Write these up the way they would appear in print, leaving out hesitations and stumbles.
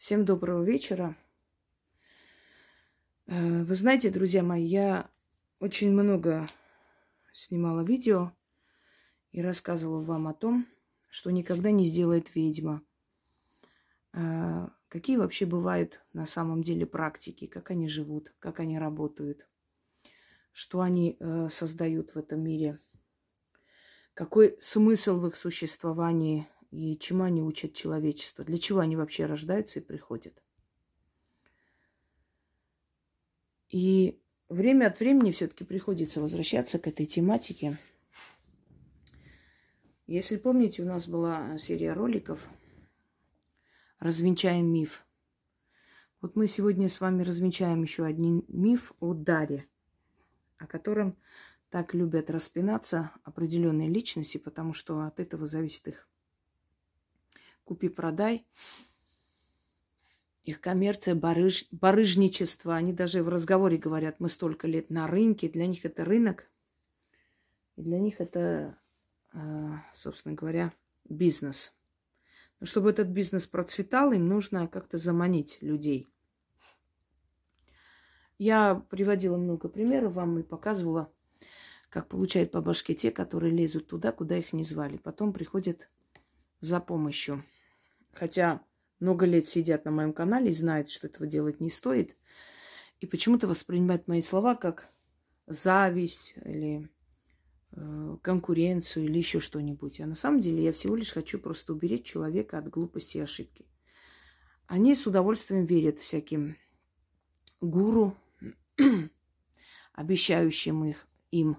Всем доброго вечера. Вы знаете, друзья мои, я очень много снимала видео и рассказывала вам о том, что никогда не сделает ведьма. Какие вообще бывают на самом деле практики, как они живут, как они работают, что они создают в этом мире, какой смысл в их существовании и чему они учат человечество, для чего они вообще рождаются и приходят. И время от времени все-таки приходится возвращаться к этой тематике. Если помните, у нас была серия роликов «Развенчаем миф». Вот мы сегодня с вами развенчаем еще один миф о даре, о котором так любят распинаться определенные личности, потому что от этого зависит их купи-продай, их коммерция, барыжничество. Они даже в разговоре говорят: мы столько лет на рынке. Для них это рынок. И для них это, собственно говоря, бизнес. Но чтобы этот бизнес процветал, им нужно как-то заманить людей. Я приводила много примеров вам и показывала, как получают по башке те, которые лезут туда, куда их не звали. Потом приходят за помощью. Хотя много лет сидят на моем канале и знают, что этого делать не стоит. И почему-то воспринимают мои слова как зависть или конкуренцию или еще что-нибудь. А на самом деле я всего лишь хочу просто уберечь человека от глупости и ошибки. Они с удовольствием верят всяким гуру, обещающим им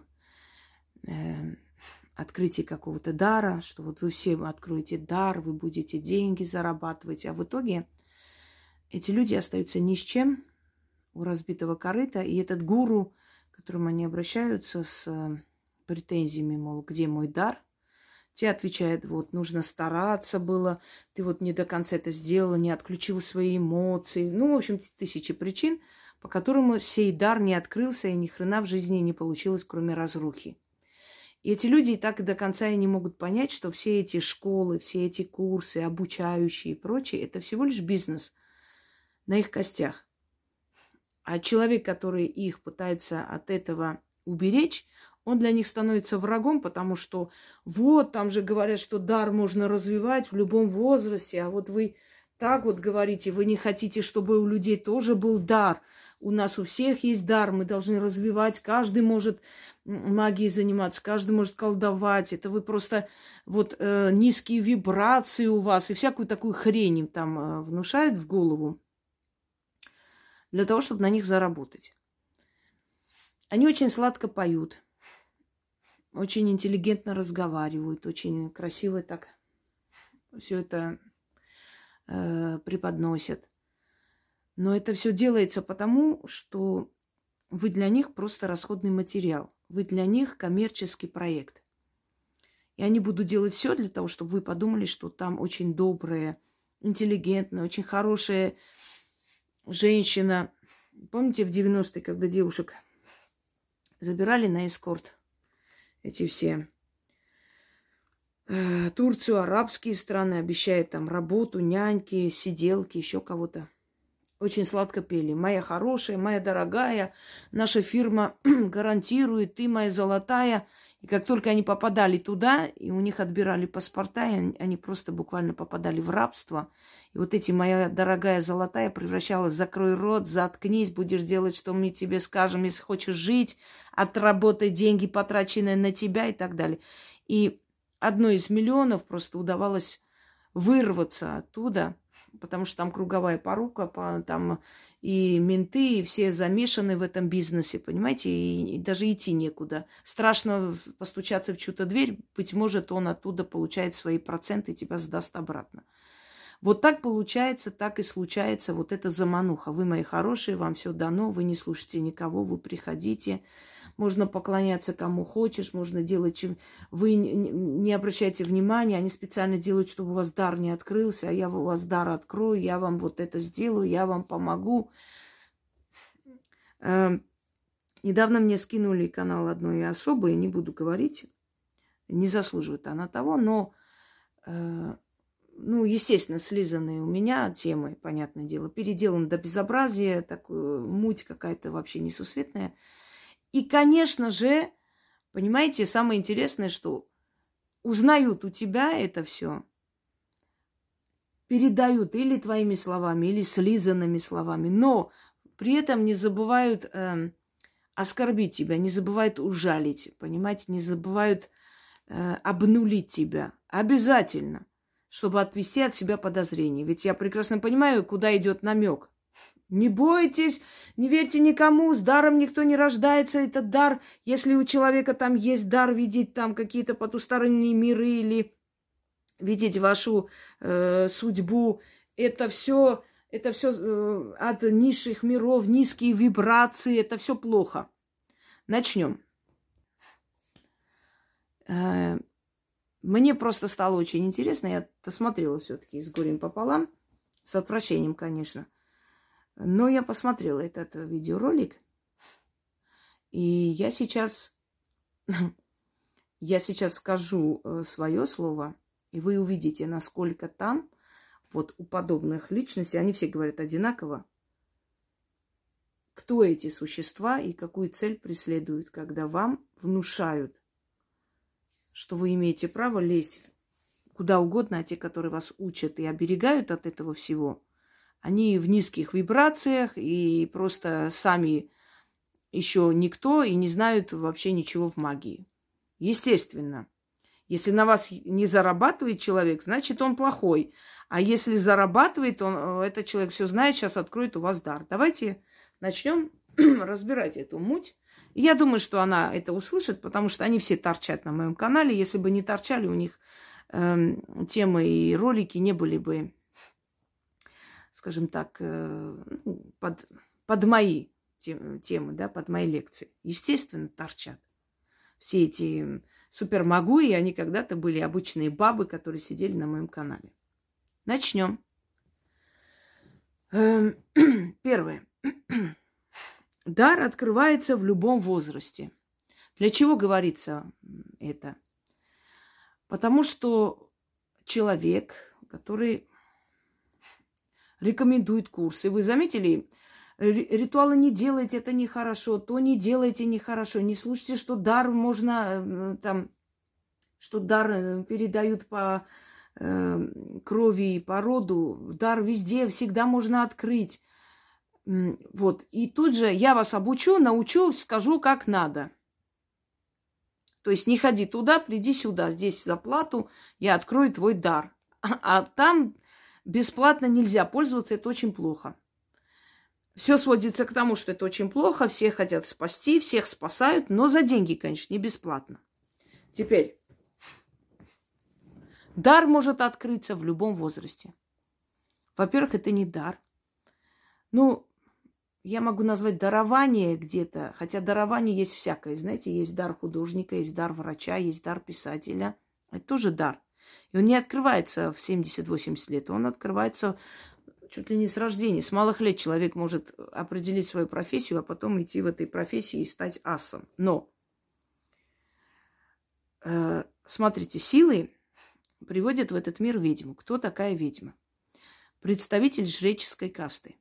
открытие какого-то дара, что вот вы все откроете дар, вы будете деньги зарабатывать. А в итоге эти люди остаются ни с чем у разбитого корыта. И этот гуру, к которому они обращаются с претензиями, мол, где мой дар, те отвечают: вот, нужно стараться было, ты вот не до конца это сделала, не отключила свои эмоции. Ну, в общем, тысячи причин, по которым сей дар не открылся и ни хрена в жизни не получилось, кроме разрухи. И эти люди и так до конца и не могут понять, что все эти школы, все эти курсы, обучающие и прочее, это всего лишь бизнес на их костях. А человек, который их пытается от этого уберечь, он для них становится врагом, потому что вот там же говорят, что дар можно развивать в любом возрасте, а вот вы так вот говорите, вы не хотите, чтобы у людей тоже был дар. У нас у всех есть дар, мы должны развивать, каждый может магией заниматься, каждый может колдовать. Это вы просто вот низкие вибрации у вас и всякую такую хрень им там внушают в голову для того, чтобы на них заработать. Они очень сладко поют, очень интеллигентно разговаривают, очень красиво так все это преподносят. Но это все делается потому, что вы для них просто расходный материал. Вы для них коммерческий проект. И они будут делать все для того, чтобы вы подумали, что там очень добрая, интеллигентная, очень хорошая женщина. Помните, в 90-е, когда девушек забирали на эскорт, эти все Турцию, арабские страны, обещают там работу, няньки, сиделки, еще кого-то. Очень сладко пели: моя хорошая, моя дорогая, наша фирма гарантирует, ты моя золотая. И как только они попадали туда, и у них отбирали паспорта, и они просто буквально попадали в рабство. И вот эти «моя дорогая золотая» превращалась: закрой рот, заткнись, будешь делать, что мы тебе скажем, если хочешь жить, отработай деньги, потраченные на тебя и так далее. И одной из миллионов просто удавалось вырваться оттуда, потому что там круговая порука, там и менты, и все замешаны в этом бизнесе, понимаете, и даже идти некуда. Страшно постучаться в чью-то дверь, быть может, он оттуда получает свои проценты и тебя сдаст обратно. Вот так получается, так и случается вот эта замануха. Вы, мои хорошие, вам все дано, вы не слушайте никого, вы приходите. Можно поклоняться кому хочешь, можно делать, чем вы не обращайте внимания. Они специально делают, чтобы у вас дар не открылся, а я у вас дар открою, я вам вот это сделаю, я вам помогу. Недавно мне скинули канал одной особой, не буду говорить, не заслуживает она того, но ну, естественно, слизанные у меня темы, понятное дело, переделан до безобразия, такую муть какая-то вообще несусветная. И, конечно же, понимаете, самое интересное, что узнают у тебя это все, передают или твоими словами, или слизанными словами, но при этом не забывают оскорбить тебя, не забывают ужалить, понимаете, не забывают обнулить тебя. Обязательно, чтобы отвести от себя подозрения. Ведь я прекрасно понимаю, куда идет намек. Не бойтесь, не верьте никому, с даром никто не рождается. Этот дар, если у человека там есть дар видеть там какие-то потусторонние миры или видеть вашу судьбу, это все от низших миров, низкие вибрации, это все плохо. Начнем. Мне просто стало очень интересно, я досмотрела все-таки с горем пополам, с отвращением, конечно. Но я посмотрела этот видеоролик, и я сейчас скажу свое слово, и вы увидите, насколько там, вот у подобных личностей, они все говорят одинаково, кто эти существа и какую цель преследуют, когда вам внушают, что вы имеете право лезть куда угодно, а те, которые вас учат и оберегают от этого всего, они в низких вибрациях и просто сами еще никто и не знают вообще ничего в магии. Естественно, если на вас не зарабатывает человек, значит, он плохой. А если зарабатывает, этот человек все знает, сейчас откроет у вас дар. Давайте начнем разбирать эту муть. Я думаю, что она это услышит, потому что они все торчат на моем канале. Если бы не торчали, у них темы и ролики не были бы, скажем так, под мои темы, да, под мои лекции. Естественно, торчат. Все эти супермагуи, они когда-то были обычные бабы, которые сидели на моем канале. Начнем. Первое. Дар открывается в любом возрасте. Для чего говорится это? Потому что человек, который рекомендует курсы, вы заметили, ритуалы не делайте, это нехорошо, то не делайте нехорошо, не слушайте, что дар можно там, что дар передают по крови и по роду, дар везде, всегда можно открыть. Вот. И тут же я вас обучу, научу, скажу, как надо. То есть не ходи туда, приди сюда, здесь за плату я открою твой дар. А там бесплатно нельзя пользоваться, это очень плохо. Все сводится к тому, что это очень плохо, все хотят спасти, всех спасают, но за деньги, конечно, не бесплатно. Теперь, дар может открыться в любом возрасте. Во-первых, это не дар. Ну, я могу назвать дарование где-то, хотя дарование есть всякое. Знаете, есть дар художника, есть дар врача, есть дар писателя. Это тоже дар. И он не открывается в 70-80 лет, он открывается чуть ли не с рождения. С малых лет человек может определить свою профессию, а потом идти в этой профессии и стать асом. Но, смотрите, силы приводят в этот мир ведьму. Кто такая ведьма? Представитель жреческой касты.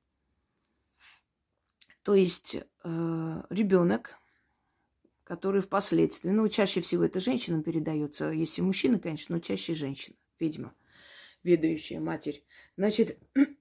То есть ребенок, который впоследствии, ну, чаще всего это женщинам передается, если мужчина, конечно, но чаще женщина, ведьма, ведающая матерь. Значит,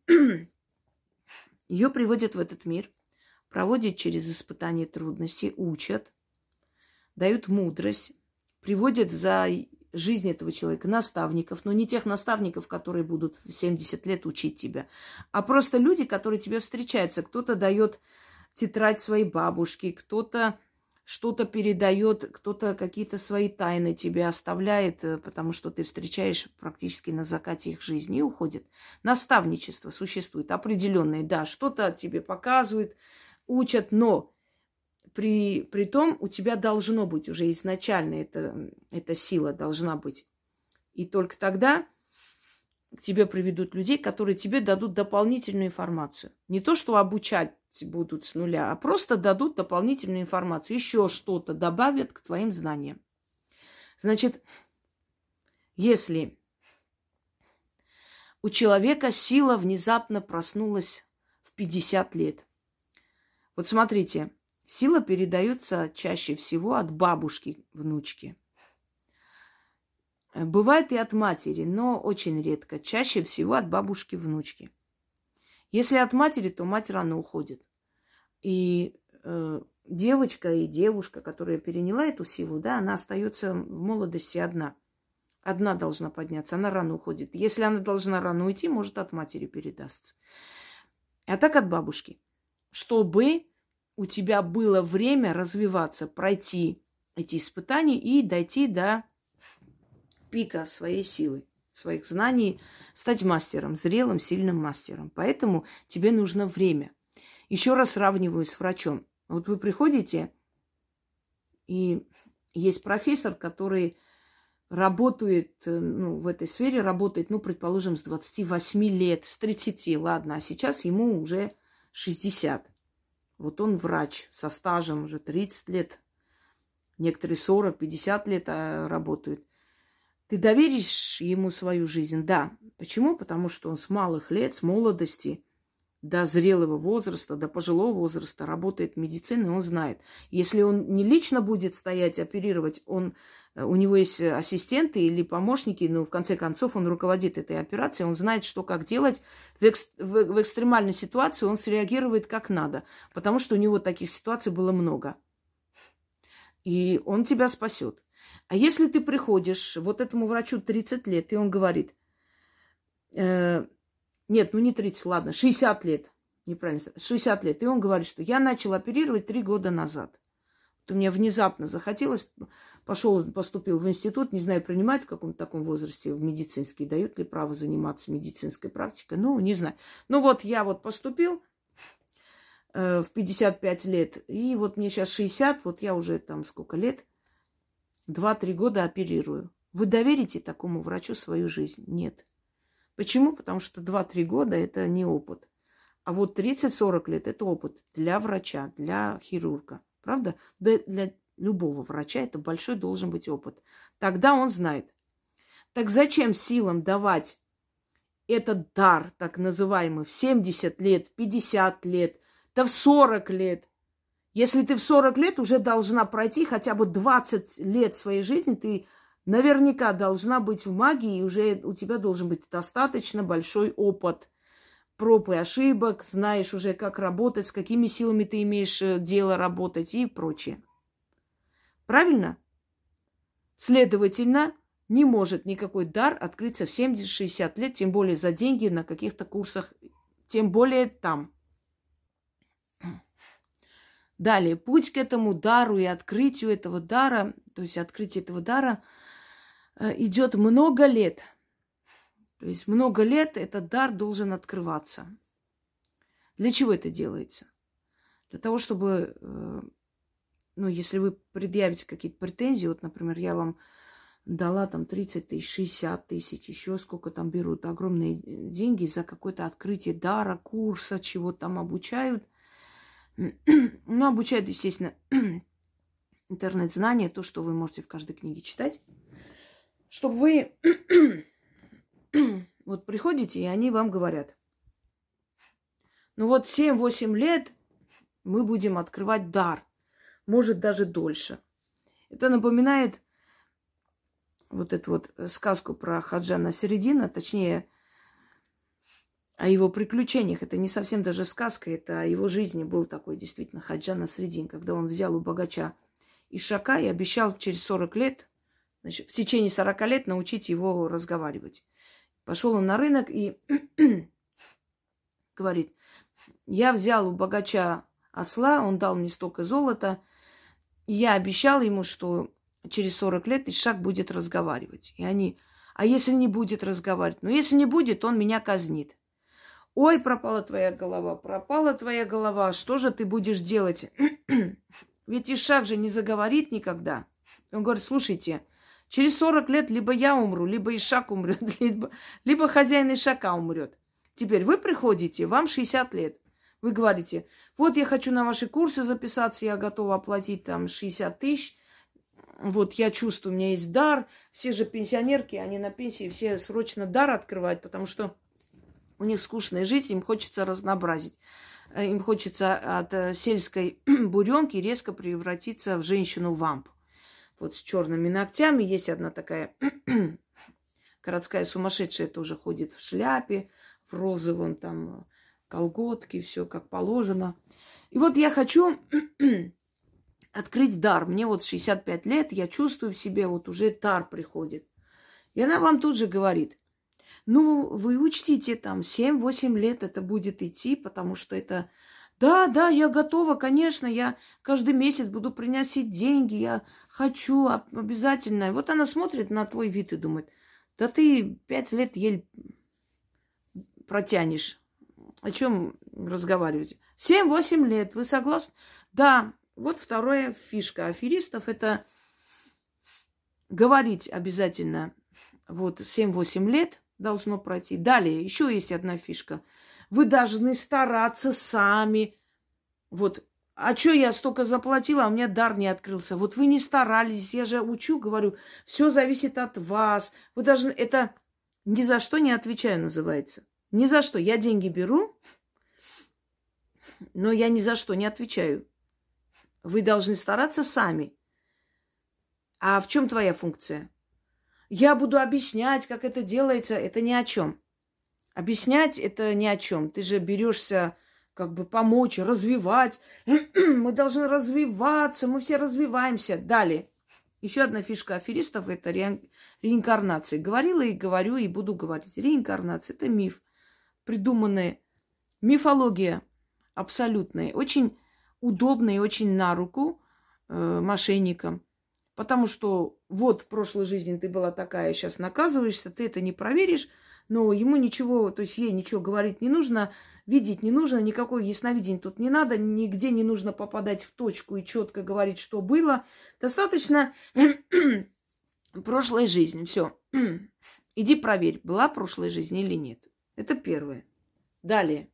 ее приводят в этот мир, проводят через испытания трудностей, учат, дают мудрость, приводят за жизнь этого человека наставников, но не тех наставников, которые будут в 70 лет учить тебя, а просто люди, которые тебе встречаются. Кто-то дает тетрадь своей бабушки, кто-то что-то передает, кто-то какие-то свои тайны тебе оставляет, потому что ты встречаешь практически на закате их жизни и уходит. Наставничество существует определенное, да, что-то тебе показывают, учат, но при том у тебя должно быть уже изначально эта сила должна быть. И только тогда к тебе приведут людей, которые тебе дадут дополнительную информацию. Не то, что обучать будут с нуля, а просто дадут дополнительную информацию. Еще что-то добавят к твоим знаниям. Значит, если у человека сила внезапно проснулась в 50 лет. Вот смотрите, сила передается чаще всего от бабушки внучке. Бывает и от матери, но очень редко. Чаще всего от бабушки внучки. Если от матери, то мать рано уходит. И девочка и девушка, которая переняла эту силу, да, она остается в молодости одна. Одна должна подняться, она рано уходит. Если она должна рано уйти, может, от матери передастся. А так от бабушки. Чтобы у тебя было время развиваться, пройти эти испытания и дойти до пика своей силы, своих знаний, стать мастером, зрелым, сильным мастером. Поэтому тебе нужно время. Еще раз сравниваю с врачом. Вот вы приходите, и есть профессор, который работает, в этой сфере работает, предположим, с 28 лет, с 30, ладно, а сейчас ему уже 60. Вот он врач со стажем уже 30 лет, некоторые 40, 50 лет работают. Ты доверишь ему свою жизнь? Да. Почему? Потому что он с малых лет, с молодости до зрелого возраста, до пожилого возраста работает в медицине, он знает. Если он не лично будет стоять, оперировать, у него есть ассистенты или помощники, в конце концов он руководит этой операцией, он знает, что как делать. В экстремальной ситуации он среагирует как надо, потому что у него таких ситуаций было много. И он тебя спасет. А если ты приходишь, вот этому врачу 30 лет, и он говорит, нет, не 30, ладно, 60 лет, неправильно, 60 лет, и он говорит, что я начал оперировать 3 года назад. Вот у меня внезапно захотелось, поступил в институт, не знаю, принимают в каком-то таком возрасте, в медицинский, дают ли право заниматься медицинской практикой, не знаю. Я поступил в 55 лет, и вот мне сейчас 60, вот я уже там сколько лет, 2-3 года оперирую. Вы доверите такому врачу свою жизнь? Нет. Почему? Потому что 2-3 года – это не опыт. А вот 30-40 лет – это опыт для врача, для хирурга. Правда? Для любого врача это большой должен быть опыт. Тогда он знает. Так зачем силам давать этот дар, так называемый, в 70 лет, в 50 лет, да в 40 лет? Если ты в 40 лет уже должна пройти хотя бы 20 лет своей жизни, ты наверняка должна быть в магии, и уже у тебя должен быть достаточно большой опыт проб и ошибок, знаешь уже, как работать, с какими силами ты имеешь дело работать и прочее. Правильно? Следовательно, не может никакой дар открыться в 70-60 лет, тем более за деньги на каких-то курсах, тем более там. Далее, путь к этому дару и открытию этого дара, то есть открытие этого дара, идет много лет. То есть много лет этот дар должен открываться. Для чего это делается? Для того, чтобы, если вы предъявите какие-то претензии, вот, например, я вам дала там 30 тысяч, 60 тысяч, еще сколько там берут, огромные деньги за какое-то открытие дара, курса, чего там обучают. Обучают, естественно, интернет-знания, то, что вы можете в каждой книге читать. Чтобы вы вот приходите, и они вам говорят, 7-8 лет мы будем открывать дар. Может, даже дольше. Это напоминает вот эту вот сказку про Хаджа Насреддина, точнее, о его приключениях. Это не совсем даже сказка, это о его жизни. Был такой действительно Хаджа Насреддин, когда он взял у богача Ишака и обещал через 40 лет, значит, в течение 40 лет научить его разговаривать. Пошел он на рынок и говорит, я взял у богача осла, он дал мне столько золота, и я обещал ему, что через 40 лет Ишак будет разговаривать. И они, а если не будет разговаривать? Если не будет, он меня казнит. Ой, пропала твоя голова, что же ты будешь делать? Ведь Ишак же не заговорит никогда. Он говорит, слушайте, через 40 лет либо я умру, либо Ишак умрет, либо хозяин Ишака умрет. Теперь вы приходите, вам 60 лет. Вы говорите, вот я хочу на ваши курсы записаться, я готова оплатить там 60 тысяч. Вот я чувствую, у меня есть дар. Все же пенсионерки, они на пенсии, все срочно дар открывают, потому что У них скучная жизнь, им хочется разнообразить. Им хочется от сельской буренки резко превратиться в женщину-вамп. Вот с черными ногтями. Есть одна такая городская сумасшедшая, тоже ходит в шляпе, в розовом там колготке, все как положено. И вот я хочу открыть дар. Мне вот 65 лет, я чувствую в себе, вот уже дар приходит. И она вам тут же говорит: ну, вы учтите, там, 7-8 лет это будет идти, потому что это... Да, я готова, конечно, я каждый месяц буду приносить деньги, я хочу обязательно. И вот она смотрит на твой вид и думает: да ты 5 лет еле протянешь. О чем разговаривать? 7-8 лет, вы согласны? Да, вот вторая фишка аферистов – это говорить обязательно. Вот 7-8 лет должно пройти. Далее, еще есть одна фишка. Вы должны стараться сами. Вот, а что я столько заплатила, а у меня дар не открылся. Вот вы не старались, я же учу, говорю, все зависит от вас. Вы должны, это ни за что не отвечаю называется. Ни за что. Я деньги беру, но я ни за что не отвечаю. Вы должны стараться сами. А в чем твоя функция? Я буду объяснять, как это делается. Это ни о чем. Объяснять это ни о чем. Ты же берешься как бы помочь, развивать. Мы должны развиваться, мы все развиваемся. Далее. Еще одна фишка аферистов – это реинкарнация. Говорила и говорю, и буду говорить. Реинкарнация – это миф. Придуманная мифология абсолютная. Очень удобная и очень на руку мошенникам. Потому что вот в прошлой жизни ты была такая, сейчас наказываешься, ты это не проверишь, но ему ничего, то есть ей ничего говорить не нужно, видеть не нужно, никакой ясновидения тут не надо, нигде не нужно попадать в точку и четко говорить, что было. Достаточно прошлой жизни. Все. Иди проверь, была прошлая жизнь или нет. Это первое. Далее.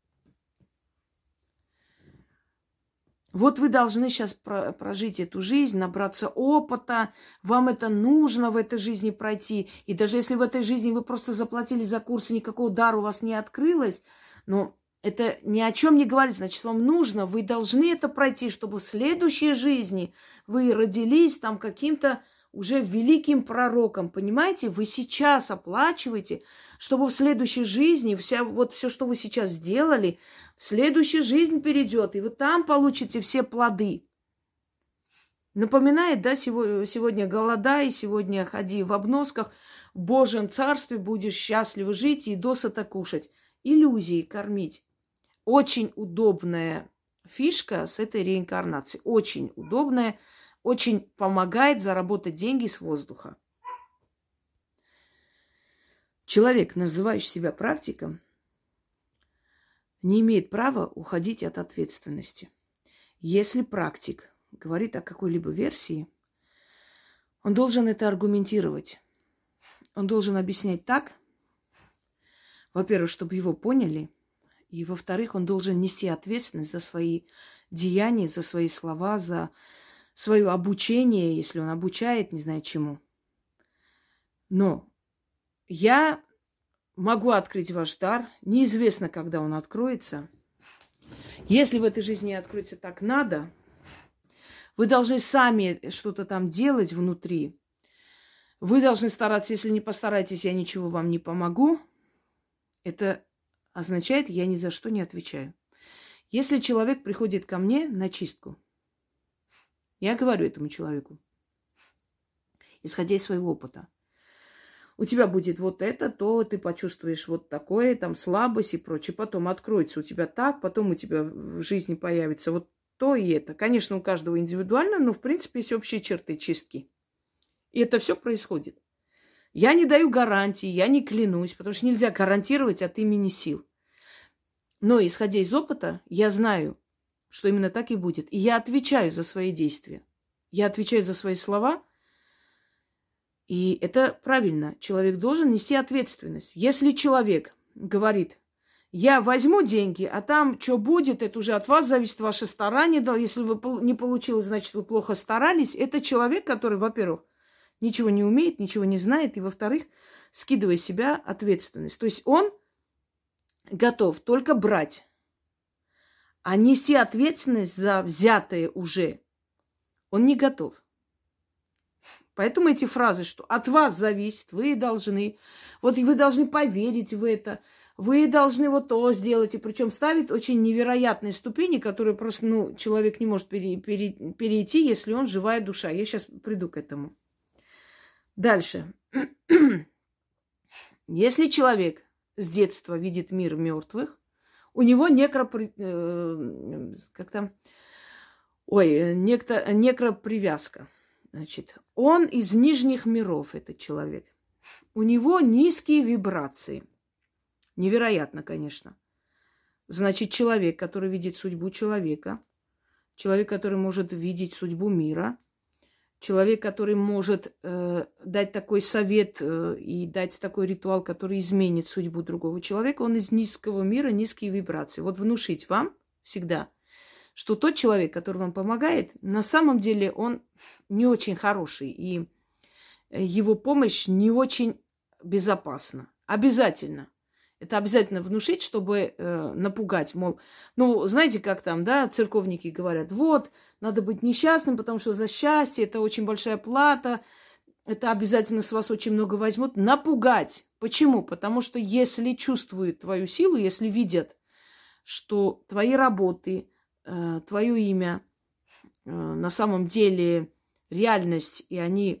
Вот вы должны сейчас прожить эту жизнь, набраться опыта. Вам это нужно в этой жизни пройти. И даже если в этой жизни вы просто заплатили за курс, и никакого дара у вас не открылось, но это ни о чем не говорит. Значит, вам нужно, вы должны это пройти, чтобы в следующей жизни вы родились там каким-то уже великим пророком. Понимаете? Вы сейчас оплачиваете, чтобы в следующей жизни все, что вы сейчас сделали, в следующую жизнь перейдет, и вы там получите все плоды. Напоминает, да, сегодня голодай, сегодня ходи в обносках, в Божьем царстве будешь счастливо жить и досыта кушать. Иллюзии кормить. Очень удобная фишка с этой реинкарнацией. Очень удобная, очень помогает заработать деньги с воздуха. Человек, называющий себя практиком, не имеет права уходить от ответственности. Если практик говорит о какой-либо версии, он должен это аргументировать. Он должен объяснять так, во-первых, чтобы его поняли, и, во-вторых, он должен нести ответственность за свои деяния, за свои слова, за свое обучение, если он обучает, не знаю чему. Но я могу открыть ваш дар. Неизвестно, когда он откроется. Если в этой жизни откроется так надо, вы должны сами что-то там делать внутри. Вы должны стараться. Если не постараетесь, я ничего вам не помогу. Это означает, я ни за что не отвечаю. Если человек приходит ко мне на чистку, я говорю этому человеку, исходя из своего опыта, у тебя будет вот это, то ты почувствуешь вот такое, там слабость и прочее. Потом откроется у тебя так, потом у тебя в жизни появится вот то и это. Конечно, у каждого индивидуально, но в принципе есть общие черты чистки. И это все происходит. Я не даю гарантии, я не клянусь, потому что нельзя гарантировать от имени сил. Но исходя из опыта, я знаю, что именно так и будет. И я отвечаю за свои действия. Я отвечаю за свои слова. И это правильно. Человек должен нести ответственность. Если человек говорит, я возьму деньги, а там что будет, это уже от вас зависит, ваше старание. Да, если вы не получилось, значит, вы плохо старались. Это человек, который, во-первых, ничего не умеет, ничего не знает, и, во-вторых, скидывая с себя ответственность. То есть он готов только брать, а нести ответственность за взятое уже он не готов. Поэтому эти фразы, что от вас зависит, вы должны, вот вы должны поверить в это, вы должны вот то сделать. И причем ставит очень невероятные ступени, которые просто, человек не может перейти, если он живая душа. Я сейчас приду к этому. Дальше. Если человек с детства видит мир мертвых, у него некропривязка. Значит, он из нижних миров, этот человек. У него низкие вибрации. Невероятно, конечно. Значит, человек, который видит судьбу человека, человек, который может видеть судьбу мира, человек, который может дать такой совет и дать такой ритуал, который изменит судьбу другого человека, он из низкого мира, низкие вибрации. Вот внушить вам всегда, что тот человек, который вам помогает, на самом деле он не очень хороший, и его помощь не очень безопасна. Обязательно. Это обязательно внушить, чтобы напугать. Мол, знаете, как там, да, церковники говорят, вот, надо быть несчастным, потому что за счастье это очень большая плата, это обязательно с вас очень много возьмут. Напугать. Почему? Потому что если чувствуют твою силу, если видят, что твои работы, твое имя на самом деле реальность, и они,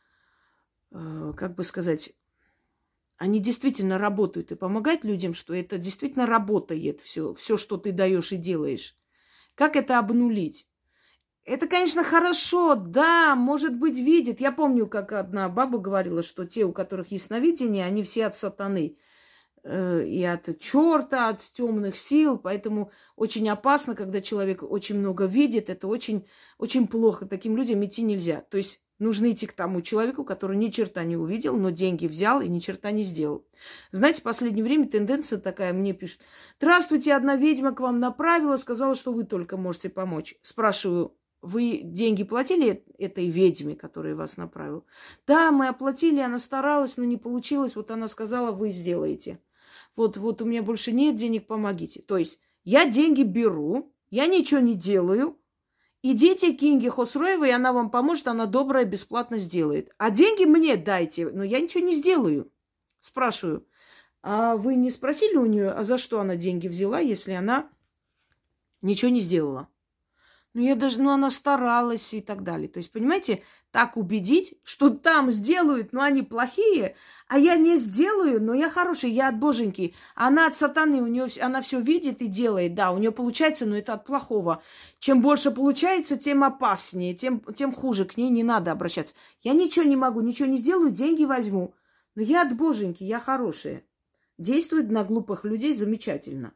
они действительно работают и помогают людям, что это действительно работает все, что ты даешь и делаешь. Как это обнулить? Это, конечно, хорошо, да, может быть, видит. Я помню, как одна баба говорила, что те, у которых ясновидение, они все от сатаны. И от черта, от темных сил. Поэтому очень опасно, когда человек очень много видит. Это очень, очень плохо. Таким людям идти нельзя. То есть нужно идти к тому человеку, который ни черта не увидел, но деньги взял и ни черта не сделал. Знаете, в последнее время тенденция такая, мне пишут: здравствуйте, одна ведьма к вам направила, сказала, что вы только можете помочь. Спрашиваю: вы деньги платили этой ведьме, которая вас направила? Да, мы оплатили, она старалась, но не получилось. Вот она сказала, вы сделаете. Вот у меня больше нет денег, помогите. То есть я деньги беру, я ничего не делаю. Идите к Инге Хосроевой, и она вам поможет, она добрая, бесплатно сделает. А деньги мне дайте, но я ничего не сделаю. Спрашиваю: а вы не спросили у нее, а за что она деньги взяла, если она ничего не сделала? Она старалась и так далее. То есть, понимаете, так убедить, что там сделают, но они плохие, а я не сделаю, но я хороший, я от боженьки. Она от сатаны, она все видит и делает. Да, у нее получается, но это от плохого. Чем больше получается, тем опаснее, тем хуже. К ней не надо обращаться. Я ничего не могу, ничего не сделаю, деньги возьму. Но я от боженьки, я хорошая. Действует на глупых людей замечательно.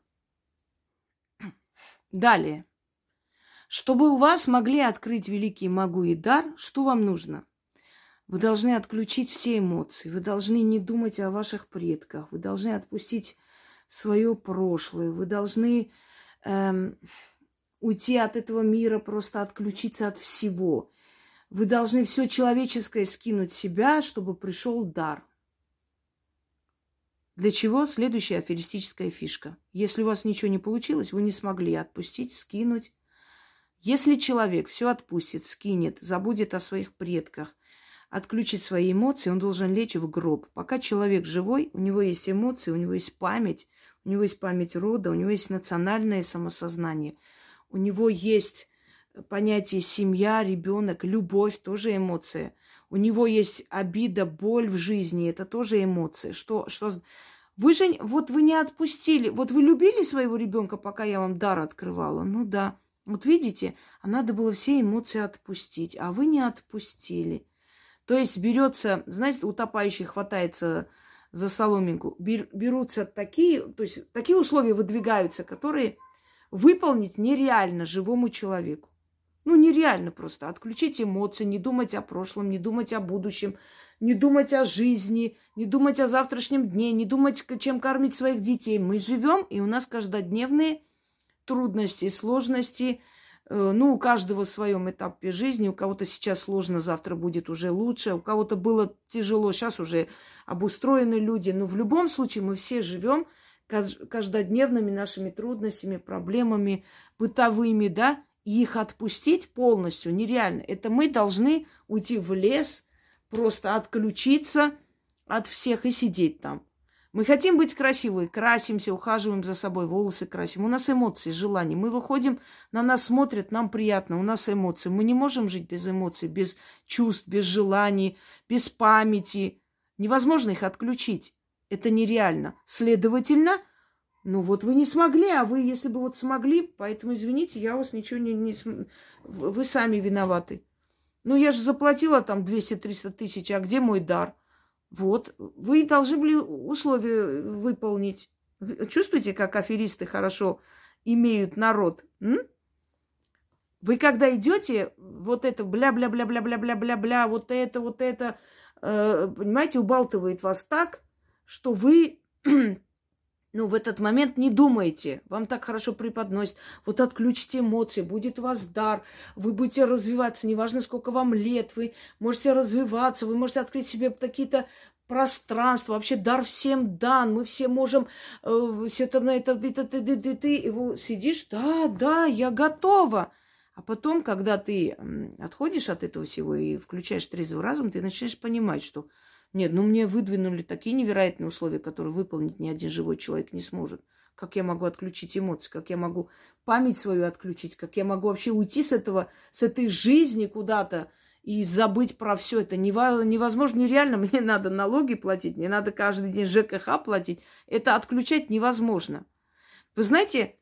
Далее. Чтобы у вас могли открыть великий могу и дар, что вам нужно? Вы должны отключить все эмоции, вы должны не думать о ваших предках, вы должны отпустить свое прошлое, вы должны уйти от этого мира, просто отключиться от всего. Вы должны все человеческое скинуть с себя, чтобы пришел дар. Для чего? Следующая аферистическая фишка. Если у вас ничего не получилось, вы не смогли отпустить, скинуть. Если человек все отпустит, скинет, забудет о своих предках, отключит свои эмоции, он должен лечь в гроб. Пока человек живой, у него есть эмоции, у него есть память рода, у него есть национальное самосознание, у него есть понятие семья, ребенок, любовь, тоже эмоция. У него есть обида, боль в жизни, это тоже эмоции. Вы не отпустили, вот вы любили своего ребенка, пока я вам дар открывала, ну да. Вот видите, а надо было все эмоции отпустить, а вы не отпустили. То есть берется, знаете, утопающий хватается за соломинку, берутся такие условия выдвигаются, которые выполнить нереально живому человеку. Нереально просто. Отключить эмоции, не думать о прошлом, не думать о будущем, не думать о жизни, не думать о завтрашнем дне, не думать, чем кормить своих детей. Мы живем, и у нас каждодневные трудности, сложности. У каждого в своем этапе жизни. У кого-то сейчас сложно, завтра будет уже лучше. У кого-то было тяжело, сейчас уже обустроены люди. Но в любом случае мы все живем каждодневными нашими трудностями, проблемами бытовыми, да, и их отпустить полностью нереально. Это мы должны уйти в лес, просто отключиться от всех и сидеть там. Мы хотим быть красивыми, красимся, ухаживаем за собой, волосы красим. У нас эмоции, желания. Мы выходим, на нас смотрят, нам приятно, у нас эмоции. Мы не можем жить без эмоций, без чувств, без желаний, без памяти. Невозможно их отключить. Это нереально. Следовательно, ну вот вы не смогли, а вы, если бы вот смогли, поэтому, извините, я вас ничего не... Вы сами виноваты. Ну, я же заплатила там 200-300 тысяч, а где мой дар? Вот, вы должны были условия выполнить. Чувствуете, как аферисты хорошо имеют народ? Вы когда идете, вот это бля-бля-бля-бля-бля-бля-бля-бля, вот это, понимаете, убалтывает вас так, что вы, ну, в этот момент не думаете. Вам так хорошо преподносят. Вот отключите эмоции, будет у вас дар, вы будете развиваться, неважно, сколько вам лет, вы можете развиваться, вы можете открыть себе какие-то пространства. Вообще дар всем дан, мы все можем все это на это, ты, и вы сидишь, да, я готова. А потом, когда ты отходишь от этого всего и включаешь трезвый разум, ты начинаешь понимать, что нет, ну мне выдвинули такие невероятные условия, которые выполнить ни один живой человек не сможет. Как я могу отключить эмоции, как я могу память свою отключить, как я могу вообще уйти с этой жизни куда-то и забыть про все это. Невозможно, нереально. Мне надо налоги платить, мне надо каждый день ЖКХ платить. Это отключать невозможно. Вы знаете,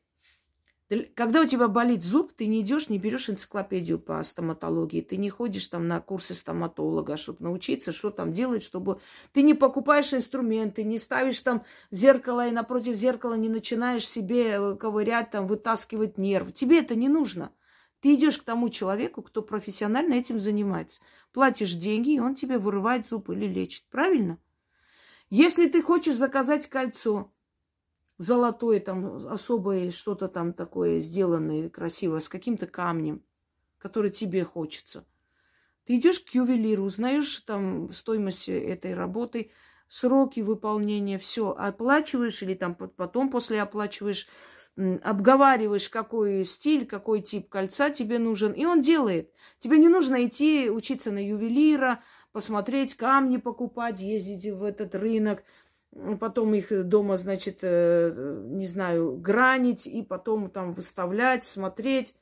когда у тебя болит зуб, ты не идешь, не берешь энциклопедию по стоматологии, ты не ходишь там на курсы стоматолога, чтобы научиться, что там делать, чтобы... Ты не покупаешь инструменты, не ставишь там зеркало и напротив зеркала не начинаешь себе ковырять, там, вытаскивать нерв. Тебе это не нужно. Ты идешь к тому человеку, кто профессионально этим занимается. Платишь деньги, и он тебе вырывает зуб или лечит. Правильно? Если ты хочешь заказать кольцо, золотое, там, особое, что-то там такое сделанное, красивое, с каким-то камнем, который тебе хочется. Ты идешь к ювелиру, узнаешь там стоимость этой работы, сроки выполнения, все, оплачиваешь или там потом после оплачиваешь, обговариваешь, какой стиль, какой тип кольца тебе нужен, и он делает. Тебе не нужно идти учиться на ювелира, посмотреть камни покупать, ездить в этот рынок, потом их дома, значит, не знаю, гранить и потом там выставлять, смотреть.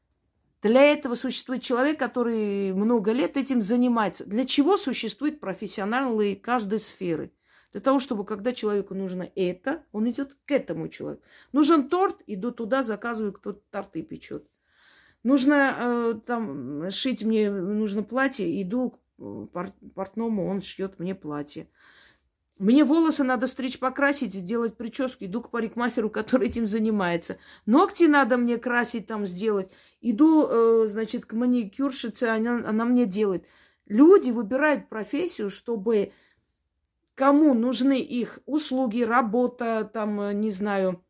Для этого существует человек, который много лет этим занимается. Для чего существуют профессионалы каждой сферы? Для того, чтобы, когда человеку нужно это, он идет к этому человеку. Нужен торт, иду туда, заказываю, кто торты печет. Нужно там шить, мне нужно платье, иду к портному, он шьет мне платье. Мне волосы надо стричь, покрасить, сделать прическу. Иду к парикмахеру, который этим занимается. Ногти надо мне красить, там сделать. Иду, значит, к маникюрщице, она мне делает. Люди выбирают профессию, чтобы кому нужны их услуги, работа, там, не знаю,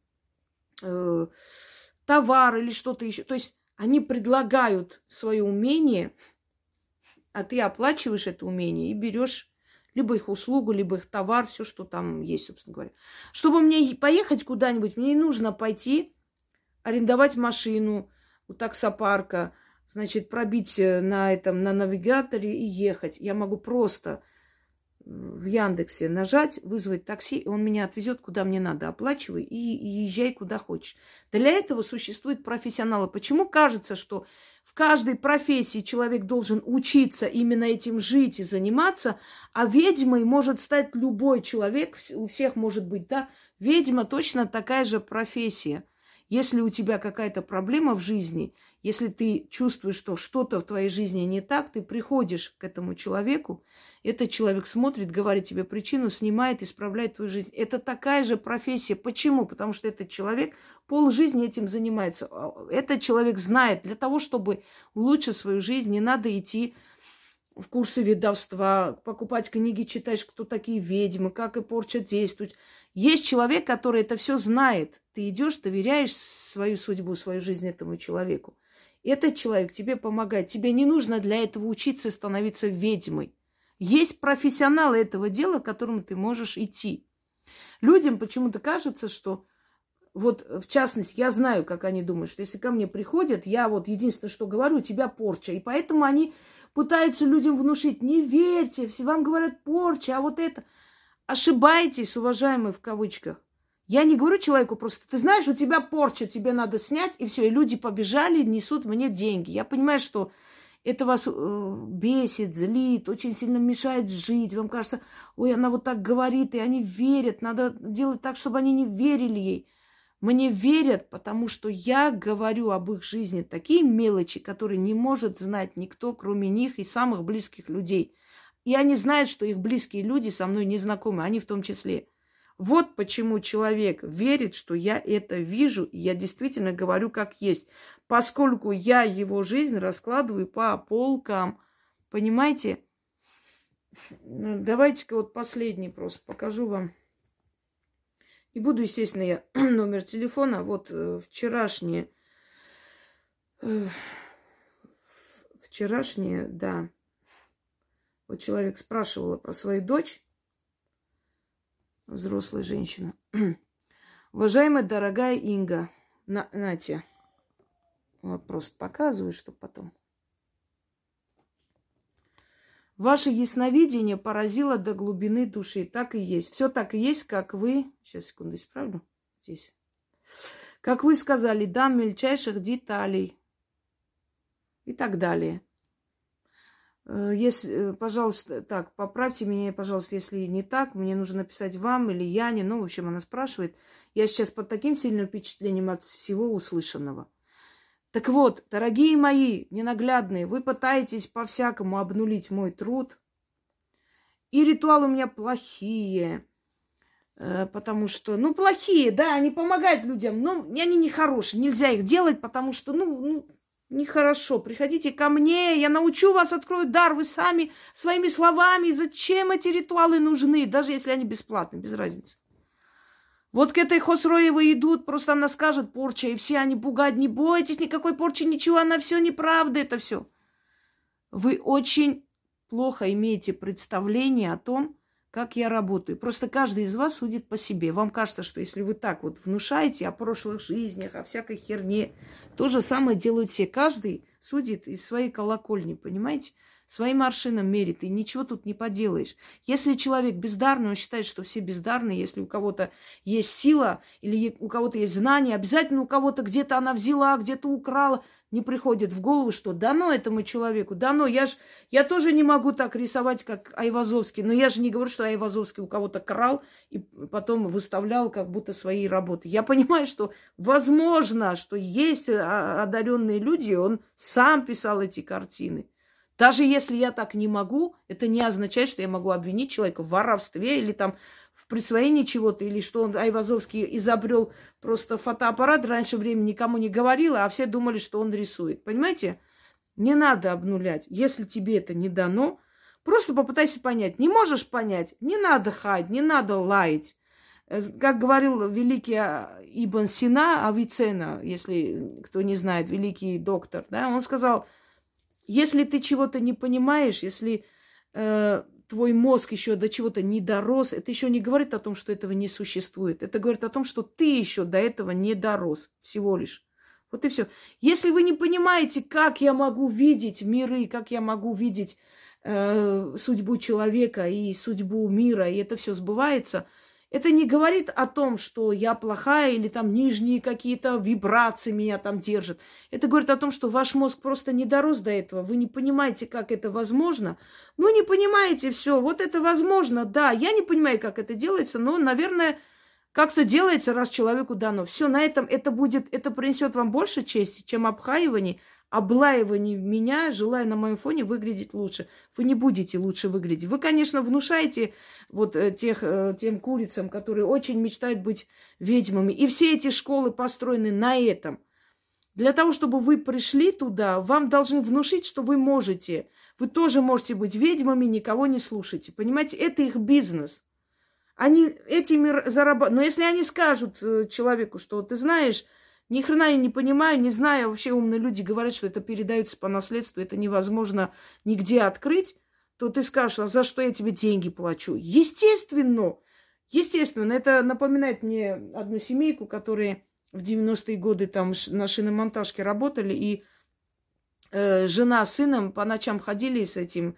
товар или что-то еще. То есть они предлагают свое умение, а ты оплачиваешь это умение и берешь либо их услугу, либо их товар, все, что там есть, собственно говоря. Чтобы мне поехать куда-нибудь, мне не нужно пойти арендовать машину у таксопарка, значит, пробить на навигаторе и ехать. Я могу просто в Яндексе нажать, вызвать такси, и он меня отвезет, куда мне надо. Оплачивай и езжай куда хочешь. Для этого существуют профессионалы. Почему кажется, что в каждой профессии человек должен учиться именно этим жить и заниматься, а ведьмой может стать любой человек, у всех может быть, да? Ведьма точно такая же профессия. Если у тебя какая-то проблема в жизни, если ты чувствуешь, что что-то в твоей жизни не так, ты приходишь к этому человеку, этот человек смотрит, говорит тебе причину, снимает, исправляет твою жизнь. Это такая же профессия. Почему? Потому что этот человек полжизни этим занимается. Этот человек знает, для того, чтобы улучшить свою жизнь, не надо идти в курсы ведовства, покупать книги, читать, кто такие ведьмы, как и порча действует. Есть человек, который это все знает. Ты идешь, доверяешь свою судьбу, свою жизнь этому человеку. Этот человек тебе помогает. Тебе не нужно для этого учиться становиться ведьмой. Есть профессионалы этого дела, к которому ты можешь идти. Людям почему-то кажется, что вот, в частности, я знаю, как они думают, что если ко мне приходят, я вот единственное, что говорю, у тебя порча. И поэтому они пытаются людям внушить, не верьте, все вам говорят порча, а вот это. Ошибаетесь, уважаемые в кавычках. Я не говорю человеку просто, ты знаешь, у тебя порча, тебе надо снять, и все. И люди побежали, несут мне деньги. Я понимаю, что это вас бесит, злит, очень сильно мешает жить. Вам кажется, ой, она вот так говорит, и они верят. Надо делать так, чтобы они не верили ей. Мне верят, потому что я говорю об их жизни такие мелочи, которые не может знать никто, кроме них и самых близких людей. И они знают, что их близкие люди со мной не знакомы, они в том числе. Вот почему человек верит, что я это вижу, и я действительно говорю как есть. Поскольку я его жизнь раскладываю по полкам. Понимаете? Давайте-ка вот последний просто покажу вам. И буду, естественно, я номер телефона. Вот вчерашнее, да. Вот человек спрашивала про свою дочь, взрослая женщина. Уважаемая дорогая Инга, Натя. Вот просто показываю, чтобы потом. Ваше ясновидение поразило до глубины души. Так и есть. Все так и есть, как вы... Сейчас, секунду, исправлю. Здесь. Как вы сказали, до мельчайших деталей. И так далее. Если, пожалуйста, так, поправьте меня, пожалуйста, если не так. Мне нужно написать вам или Яне. Ну, в общем, она спрашивает. Я сейчас под таким сильным впечатлением от всего услышанного. Так вот, дорогие мои ненаглядные, вы пытаетесь по-всякому обнулить мой труд. И ритуалы у меня плохие. Потому что, ну, плохие, да, они помогают людям, но они нехорошие. Нельзя их делать, потому что, нехорошо. Приходите ко мне, я научу вас, открою дар. Вы сами своими словами. Зачем эти ритуалы нужны? Даже если они бесплатные, без разницы. Вот к этой Хосроевой идут, просто она скажет порча, и все они пугают, не бойтесь, никакой порчи, ничего, она все неправда, это все. Вы очень плохо имеете представление о том, как я работаю. Просто каждый из вас судит по себе. Вам кажется, что если вы так вот внушаете о прошлых жизнях, о всякой херне, то же самое делают все. Каждый судит из своей колокольни, понимаете? Своим аршином мерит, и ничего тут не поделаешь. Если человек бездарный, он считает, что все бездарные. Если у кого-то есть сила или у кого-то есть знание, обязательно у кого-то где-то она взяла, где-то украла. Не приходит в голову, что дано этому человеку, дано. Я тоже не могу так рисовать, как Айвазовский, но я же не говорю, что Айвазовский у кого-то крал и потом выставлял как будто свои работы. Я понимаю, что возможно, что есть одаренные люди, он сам писал эти картины. Даже если я так не могу, это не означает, что я могу обвинить человека в воровстве или там в присвоении чего-то, или что он, Айвазовский, изобрел просто фотоаппарат, раньше времени никому не говорил, а все думали, что он рисует. Понимаете? Не надо обнулять. Если тебе это не дано, просто попытайся понять. Не можешь понять, не надо хаять, не надо лаять. Как говорил великий Ибн Сина, Авиценна, если кто не знает, великий доктор, да, он сказал... Если ты чего-то не понимаешь, если твой мозг еще до чего-то не дорос, это еще не говорит о том, что этого не существует. Это говорит о том, что ты еще до этого не дорос всего лишь. Вот и все. Если вы не понимаете, как я могу видеть миры, как я могу видеть судьбу человека и судьбу мира, и это все сбывается, это не говорит о том, что я плохая или там нижние какие-то вибрации меня там держат. Это говорит о том, что ваш мозг просто не дорос до этого. Вы не понимаете, как это возможно. Ну, не понимаете, все. Вот это возможно, да. Я не понимаю, как это делается, но, наверное, как-то делается, раз человеку дано. Все, на этом это принесет вам больше чести, чем обхаивание, облаивание меня, желая на моем фоне выглядеть лучше. Вы не будете лучше выглядеть. Вы, конечно, внушаете вот тем курицам, которые очень мечтают быть ведьмами. И все эти школы построены на этом. Для того, чтобы вы пришли туда, вам должны внушить, что вы можете. Вы тоже можете быть ведьмами, никого не слушайте. Понимаете, это их бизнес. Они этими зарабатывают. Но если они скажут человеку, что ты знаешь... Ни хрена я не понимаю, не знаю. Вообще умные люди говорят, что это передается по наследству, это невозможно нигде открыть. То ты скажешь, а за что я тебе деньги плачу? Естественно, Естественно, это напоминает мне одну семейку, которые в 90-е годы там на шиномонтажке работали, и жена с сыном по ночам ходили с этим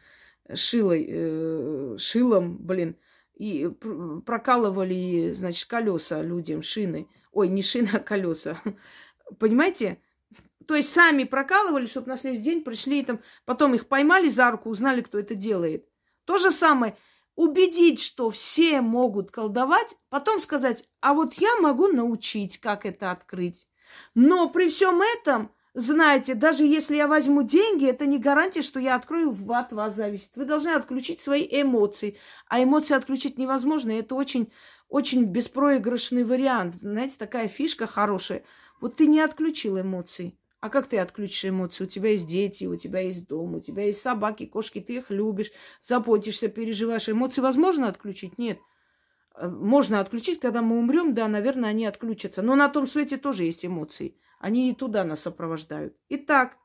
шилом, блин, и прокалывали, значит, колеса людям, шины. Ой, не шины, а колеса. Понимаете? То есть сами прокалывали, чтобы на следующий день пришли, и там, потом их поймали за руку, узнали, кто это делает. То же самое. Убедить, что все могут колдовать, потом сказать, а вот я могу научить, как это открыть. Но при всем этом, знаете, даже если я возьму деньги, это не гарантия, что я открою, от вас зависит. Вы должны отключить свои эмоции. А эмоции отключить невозможно, и это очень, очень беспроигрышный вариант. Знаете, такая фишка хорошая. Вот ты не отключил эмоции. А как ты отключишь эмоции? У тебя есть дети, у тебя есть дом, у тебя есть собаки, кошки, ты их любишь, заботишься, переживаешь. Эмоции возможно отключить? Нет. Можно отключить, когда мы умрем, да, наверное, они отключатся. Но на том свете тоже есть эмоции. Они и туда нас сопровождают. Итак,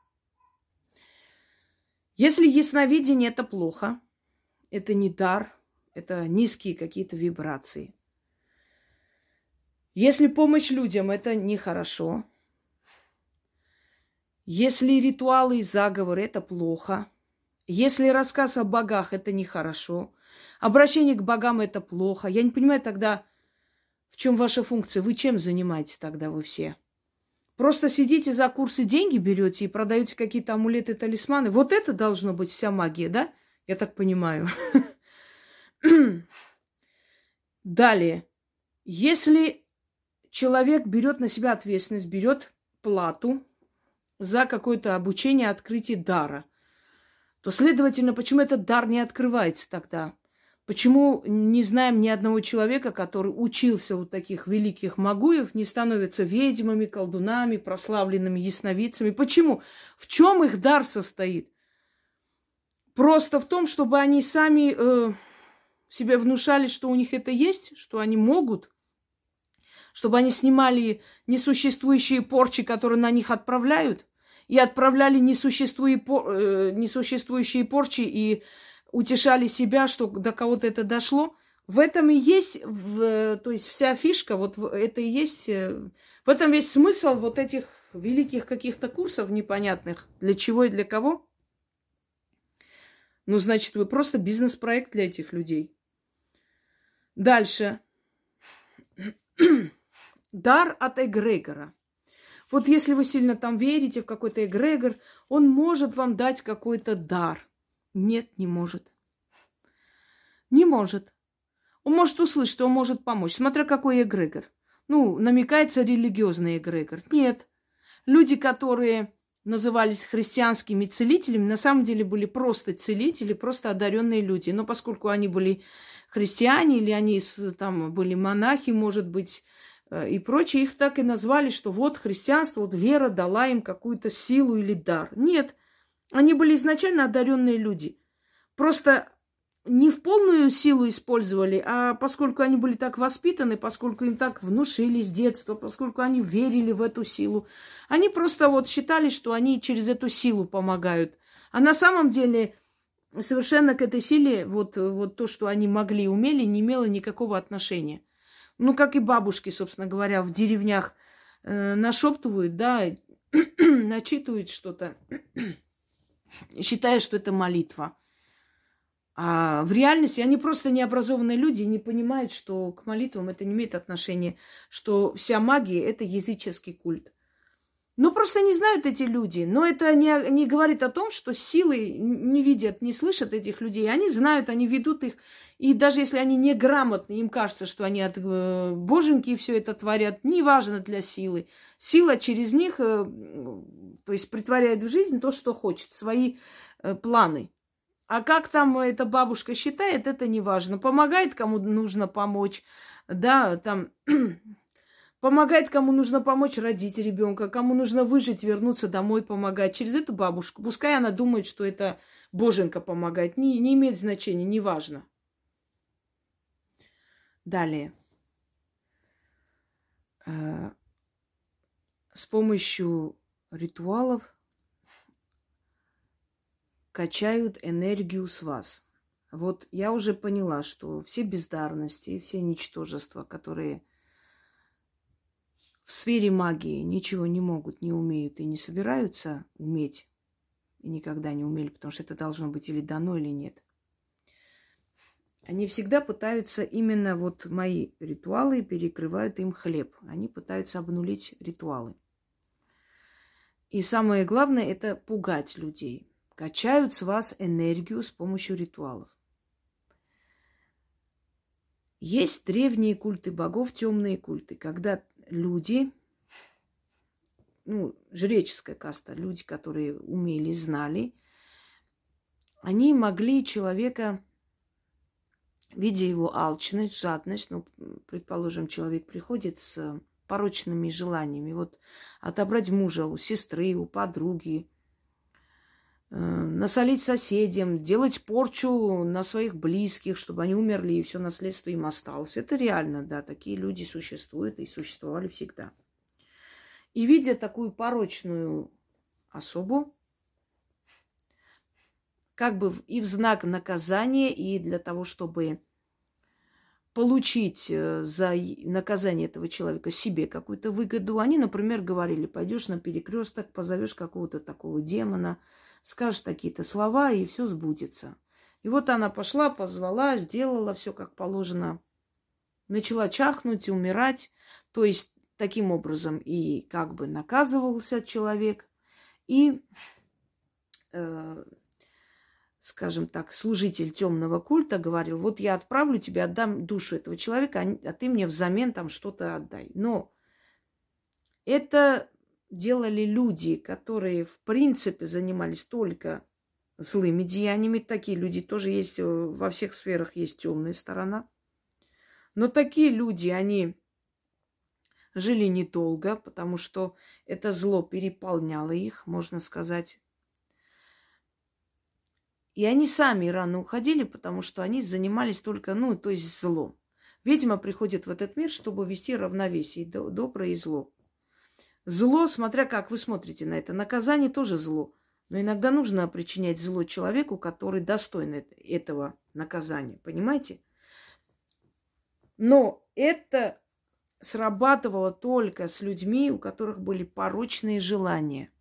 если ясновидение – это плохо, это не дар, это низкие какие-то вибрации. Если помощь людям – это нехорошо. Если ритуалы и заговоры – это плохо. Если рассказ о богах – это нехорошо. Обращение к богам – это плохо. Я не понимаю тогда, в чем ваша функция. Вы чем занимаетесь тогда, вы все? Просто сидите за курсы, деньги берете и продаете какие-то амулеты, талисманы. Вот это должно быть вся магия, да? Я так понимаю. Далее. Если человек берет на себя ответственность, берет плату за какое-то обучение, открытие дара, то, следовательно, почему этот дар не открывается тогда? Почему не знаем ни одного человека, который учился у таких великих магуев, не становятся ведьмами, колдунами, прославленными ясновидцами? Почему? В чем их дар состоит? Просто в том, чтобы они сами себе внушали, что у них это есть, что они могут, чтобы они снимали несуществующие порчи, которые на них отправляют, и отправляли несуществующие порчи и утешали себя, что до кого-то это дошло. В этом и есть, то есть вся фишка, вот это и есть, в этом весь смысл вот этих великих каких-то курсов непонятных. Для чего и для кого? Ну, значит, вы просто бизнес-проект для этих людей. Дальше. Дар от эгрегора. Вот если вы сильно там верите в какой-то эгрегор, он может вам дать какой-то дар. Нет, не может. Не может. Он может услышать, что он может помочь, смотря какой эгрегор. Ну, намекается религиозный эгрегор. Нет. Люди, которые назывались христианскими целителями, на самом деле были просто целители, просто одаренные люди. Но поскольку они были христиане или они там были монахи, может быть, и прочее, их так и назвали, что вот христианство, вот вера дала им какую-то силу или дар. Нет, они были изначально одаренные люди. Просто не в полную силу использовали, а поскольку они были так воспитаны, поскольку им так внушили с детства, поскольку они верили в эту силу, они просто вот считали, что они через эту силу помогают. А на самом деле совершенно к этой силе вот то, что они могли и умели, не имело никакого отношения. Ну, как и бабушки, собственно говоря, в деревнях нашептывают, да, начитывают что-то, считая, что это молитва. А в реальности они просто необразованные люди и не понимают, что к молитвам это не имеет отношения, что вся магия – это языческий культ. Ну, просто не знают эти люди. Но это не говорит о том, что силы не видят, не слышат этих людей. Они знают, они ведут их. И даже если они неграмотны, им кажется, что они от боженьки все это творят, неважно для силы. Сила через них, то есть притворяет в жизнь то, что хочет, свои планы. А как там эта бабушка считает, это неважно. Помогает, кому нужно помочь, да, там... Помогает, кому нужно помочь родить ребенка, кому нужно выжить, вернуться домой, помогать. Через эту бабушку. Пускай она думает, что это боженька помогает. Не имеет значения, неважно. Далее. С помощью ритуалов качают энергию с вас. Вот я уже поняла, что все бездарности, все ничтожества, которые в сфере магии ничего не могут, не умеют и не собираются уметь, и никогда не умели, потому что это должно быть или дано, или нет. Они всегда пытаются, именно вот мои ритуалы перекрывают им хлеб. Они пытаются обнулить ритуалы. И самое главное – это пугать людей. Качают с вас энергию с помощью ритуалов. Есть древние культы богов, темные культы, когда люди, жреческая каста, люди, которые умели, знали, они могли человека, видя его алчность, жадность, предположим, человек приходит с порочными желаниями, вот отобрать мужа у сестры, у подруги, насолить соседям, делать порчу на своих близких, чтобы они умерли и все наследство им осталось. Это реально, да, такие люди существуют и существовали всегда. И видя такую порочную особу, как бы и в знак наказания, и для того, чтобы получить за наказание этого человека себе какую-то выгоду, они, например, говорили: пойдешь на перекресток, позовешь какого-то такого демона, скажешь такие-то слова, и все сбудется. И вот она пошла, позвала, сделала все как положено, начала чахнуть и умирать. То есть таким образом и как бы наказывался человек, и, скажем так, служитель темного культа говорил: вот я отправлю тебя, отдам душу этого человека, а ты мне взамен там что-то отдай. Но это делали люди, которые, в принципе, занимались только злыми деяниями. Такие люди тоже есть, во всех сферах есть темная сторона. Но такие люди, они жили недолго, потому что это зло переполняло их, можно сказать. И они сами рано уходили, потому что они занимались только, то есть злом. Ведьма приходит в этот мир, чтобы вести равновесие, доброе и зло. Зло, смотря как вы смотрите на это, наказание тоже зло. Но иногда нужно причинять зло человеку, который достоин этого наказания. Понимаете? Но это срабатывало только с людьми, у которых были порочные желания.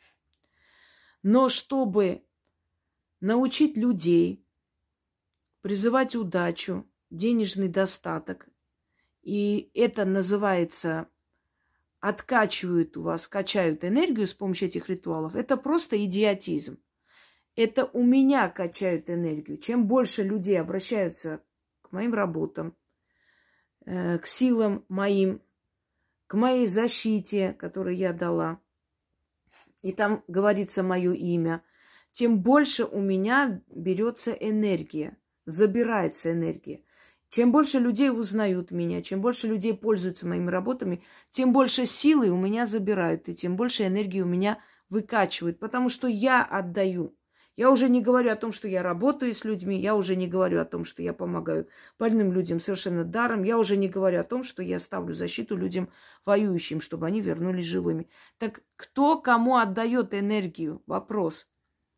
Но чтобы научить людей призывать удачу, денежный достаток, и это называется откачивают у вас, качают энергию с помощью этих ритуалов, это просто идиотизм. Это у меня качают энергию. Чем больше людей обращаются к моим работам, к силам моим, к моей защите, которую я дала, и там говорится мое имя, тем больше у меня берется энергия, забирается энергия. Чем больше людей узнают меня, чем больше людей пользуются моими работами, тем больше силы у меня забирают, и тем больше энергии у меня выкачивают, потому что я отдаю. Я уже не говорю о том, что я работаю с людьми, я уже не говорю о том, что я помогаю больным людям совершенно даром, я уже не говорю о том, что я ставлю защиту людям воюющим, чтобы они вернулись живыми. Так кто кому отдает энергию? Вопрос.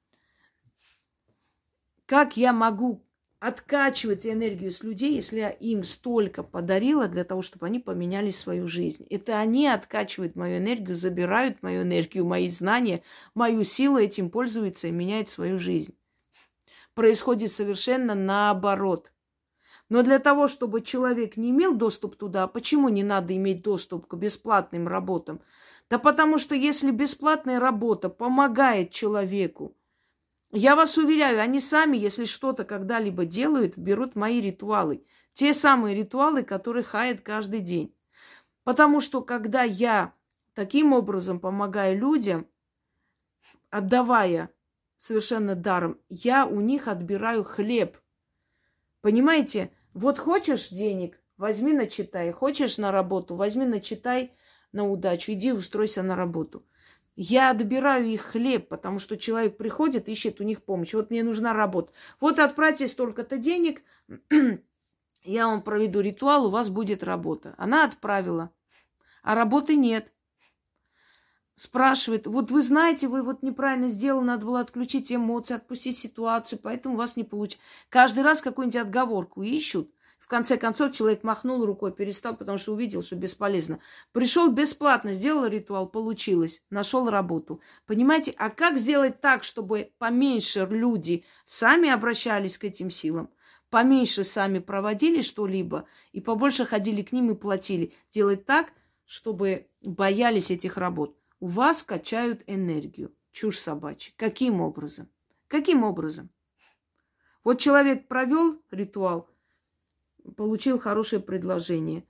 Как я могу откачивать энергию с людей, если я им столько подарила для того, чтобы они поменяли свою жизнь? Это они откачивают мою энергию, забирают мою энергию, мои знания, мою силу, этим пользуются и меняют свою жизнь. Происходит совершенно наоборот. Но для того, чтобы человек не имел доступ туда, почему не надо иметь доступ к бесплатным работам? Да потому что если бесплатная работа помогает человеку, я вас уверяю, они сами, если что-то когда-либо делают, берут мои ритуалы. Те самые ритуалы, которые хаят каждый день. Потому что когда я таким образом помогаю людям, отдавая совершенно даром, я у них отбираю хлеб. Понимаете? Вот хочешь денег, возьми начитай. Хочешь на работу, возьми начитай на удачу. Иди устройся на работу. Я отбираю их хлеб, потому что человек приходит, ищет у них помощь. Вот мне нужна работа. Вот отправьте столько-то денег, я вам проведу ритуал, у вас будет работа. Она отправила, а работы нет. спрашивает, вот вы знаете, вы вот неправильно сделали, надо было отключить эмоции, отпустить ситуацию, поэтому у вас не получится. Каждый раз какую-нибудь отговорку ищут. В конце концов, человек махнул рукой, перестал, потому что увидел, что бесполезно. Пришел бесплатно, сделал ритуал, получилось, нашел работу. Понимаете, а как сделать так, чтобы поменьше люди сами обращались к этим силам, поменьше сами проводили что-либо и побольше ходили к ним и платили? Делать так, чтобы боялись этих работ. У вас качают энергию. Чушь собачья. Каким образом? Каким образом? Вот человек провел ритуал, получил хорошее предложение.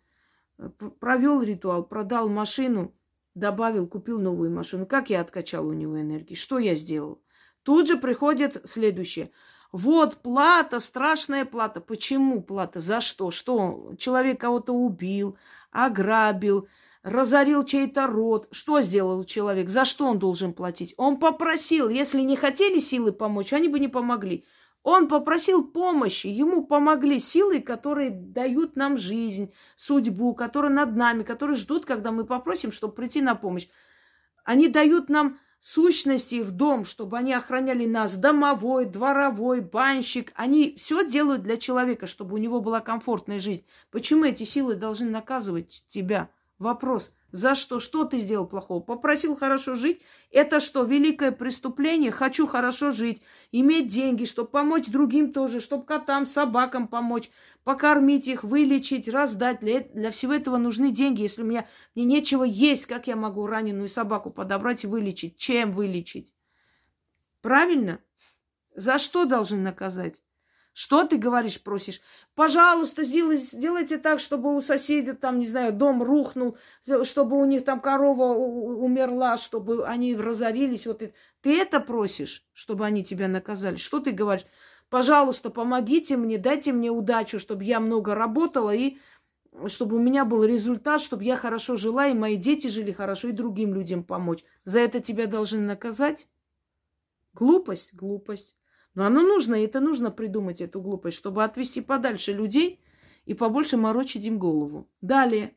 Провел ритуал, продал машину, добавил, купил новую машину. Как я откачал у него энергии? Что я сделал? Тут же приходит следующее. Вот плата, страшная плата. Почему плата? За что? Что? Человек кого-то убил, ограбил, разорил чей-то род. Что сделал человек? За что он должен платить? Он попросил. Если не хотели силы помочь, они бы не помогли. Он попросил помощи, ему помогли силы, которые дают нам жизнь, судьбу, которые над нами, которые ждут, когда мы попросим, чтобы прийти на помощь. Они дают нам сущности в дом, чтобы они охраняли нас, домовой, дворовой, банщик. Они все делают для человека, чтобы у него была комфортная жизнь. Почему эти силы должны наказывать тебя? Вопрос. За что? Что ты сделал плохого? Попросил хорошо жить? Это что, великое преступление? Хочу хорошо жить, иметь деньги, чтобы помочь другим тоже, чтобы котам, собакам помочь, покормить их, вылечить, раздать. Для всего этого нужны деньги. Если мне нечего есть, как я могу раненую собаку подобрать и вылечить? Чем вылечить? Правильно? За что должны наказать? Что ты говоришь, просишь? Пожалуйста, сделайте так, чтобы у соседей, там, не знаю, дом рухнул, чтобы у них там корова умерла, чтобы они разорились. Вот это. Ты это просишь, чтобы они тебя наказали? Что ты говоришь? Пожалуйста, помогите мне, дайте мне удачу, чтобы я много работала и чтобы у меня был результат, чтобы я хорошо жила, и мои дети жили хорошо, и другим людям помочь. За это тебя должны наказать? Глупость, глупость. Но оно нужно, и это нужно придумать, эту глупость, чтобы отвести подальше людей и побольше морочить им голову. Далее.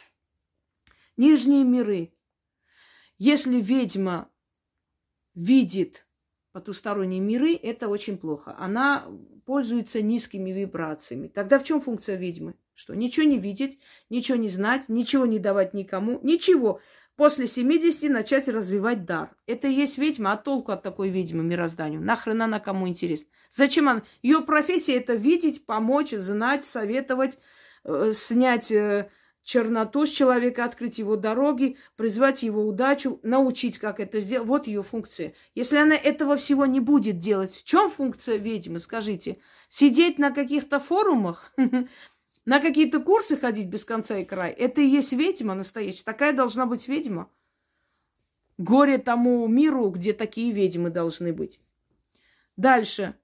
Нижние миры. Если ведьма видит потусторонние миры, это очень плохо. Она пользуется низкими вибрациями. Тогда в чем функция ведьмы? Что ничего не видеть, ничего не знать, ничего не давать никому, ничего. После 70 начать развивать дар. Это и есть ведьма, а толку от такой ведьмы мирозданию? Нахрен она кому интересна? Зачем она? Ее профессия это видеть, помочь, знать, советовать, снять черноту с человека, открыть его дороги, призвать его удачу, научить, как это сделать. Вот ее функция. Если она этого всего не будет делать, в чем функция ведьмы, скажите? Сидеть на каких-то форумах? На какие-то курсы ходить без конца и края. Это и есть ведьма настоящая. Такая должна быть ведьма. Горе тому миру, где такие ведьмы должны быть. Дальше.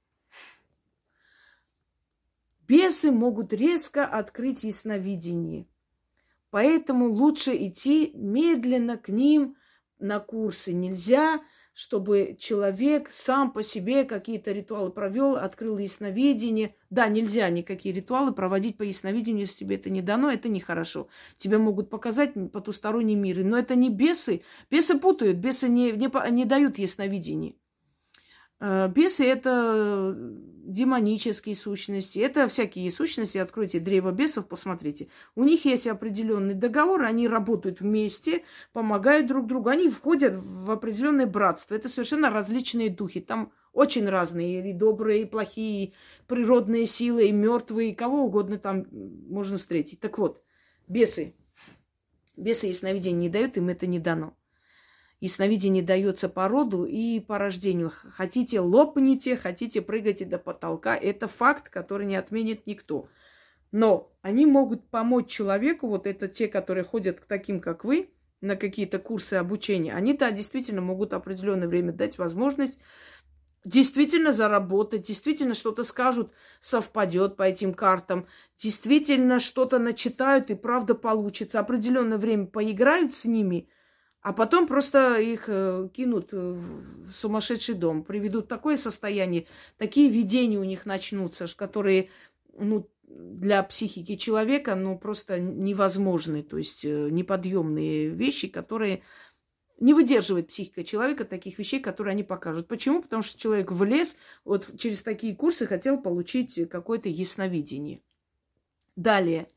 Бесы могут резко открыть ясновидение. Поэтому лучше идти медленно к ним на курсы. Нельзя, чтобы человек сам по себе какие-то ритуалы провел, открыл ясновидение. Да, нельзя никакие ритуалы проводить по ясновидению, если тебе это не дано, это нехорошо. Тебе могут показать потусторонние миры, но это не бесы. Бесы путают, бесы не дают ясновидение. Бесы – это демонические сущности, это всякие сущности. Откройте древо бесов, посмотрите. У них есть определенный договор, они работают вместе, помогают друг другу, они входят в определенное братство. Это совершенно различные духи. Там очень разные, и добрые, и плохие, и природные силы, и мертвые, и кого угодно там можно встретить. Так вот, бесы ясновидения не дают, им это не дано. Ясновидение дается по роду и по рождению. Хотите, лопните, хотите, прыгайте до потолка. Это факт, который не отменит никто. Но они могут помочь человеку, вот это те, которые ходят к таким, как вы, на какие-то курсы обучения. Они, да, действительно могут определенное время дать возможность действительно заработать, действительно что-то скажут, совпадет по этим картам, действительно что-то начитают и правда получится. Определенное время поиграют с ними, а потом просто их кинут в сумасшедший дом, приведут в такое состояние, такие видения у них начнутся, которые, для психики человека, просто невозможны, то есть неподъемные вещи, которые Не выдерживает психика человека таких вещей, которые они покажут. Почему? Потому что человек влез, вот через такие курсы хотел получить какое-то ясновидение. Далее.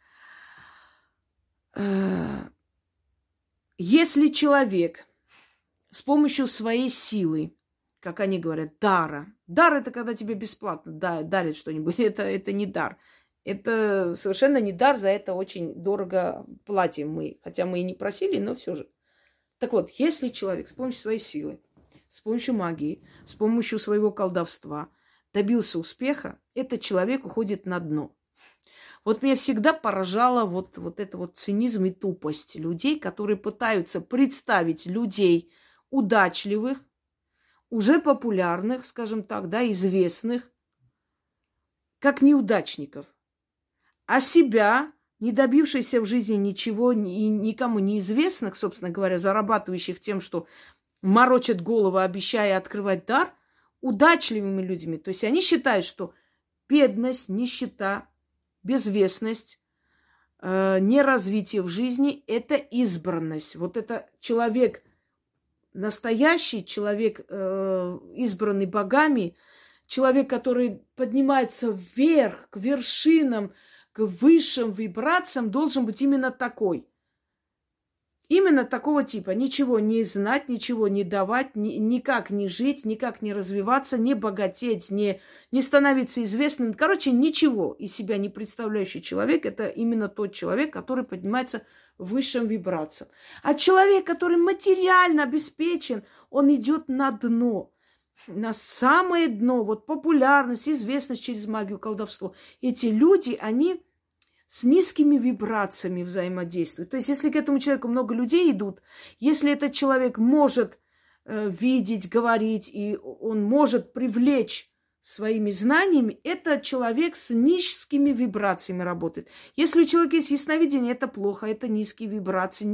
Если человек с помощью своей силы, как они говорят, дара. Дар – это когда тебе бесплатно дарят что-нибудь. Это не дар. Это совершенно не дар, за это очень дорого платим мы. Хотя мы и не просили, но все же. Так вот, если человек с помощью своей силы, с помощью магии, с помощью своего колдовства добился успеха, этот человек уходит на дно. Вот меня всегда поражала вот это вот цинизм и тупость людей, которые пытаются представить людей удачливых, уже популярных, скажем так, да, известных, как неудачников. А себя, не добившихся в жизни ничего и никому неизвестных, собственно говоря, зарабатывающих тем, что морочат голову, обещая открывать дар, удачливыми людьми. То есть они считают, что бедность, нищета, безвестность, неразвитие в жизни – это избранность. Вот это человек настоящий, человек, избранный богами, человек, который поднимается вверх, к вершинам, к высшим вибрациям, должен быть именно такой. Именно такого типа. Ничего не знать, ничего не давать, никак не жить, никак не развиваться, не богатеть, не становиться известным. Короче, ничего из себя не представляющий человек – это именно тот человек, который поднимается высшим вибрациям. А человек, который материально обеспечен, он идет на дно. На самое дно, вот популярность, известность через магию, колдовство. Эти люди, они с низкими вибрациями взаимодействуют. То есть, если к этому человеку много людей идут, если этот человек может видеть, говорить, и он может привлечь своими знаниями, это человек с низкими вибрациями работает. Если у человека есть ясновидение, это плохо, это низкие вибрации,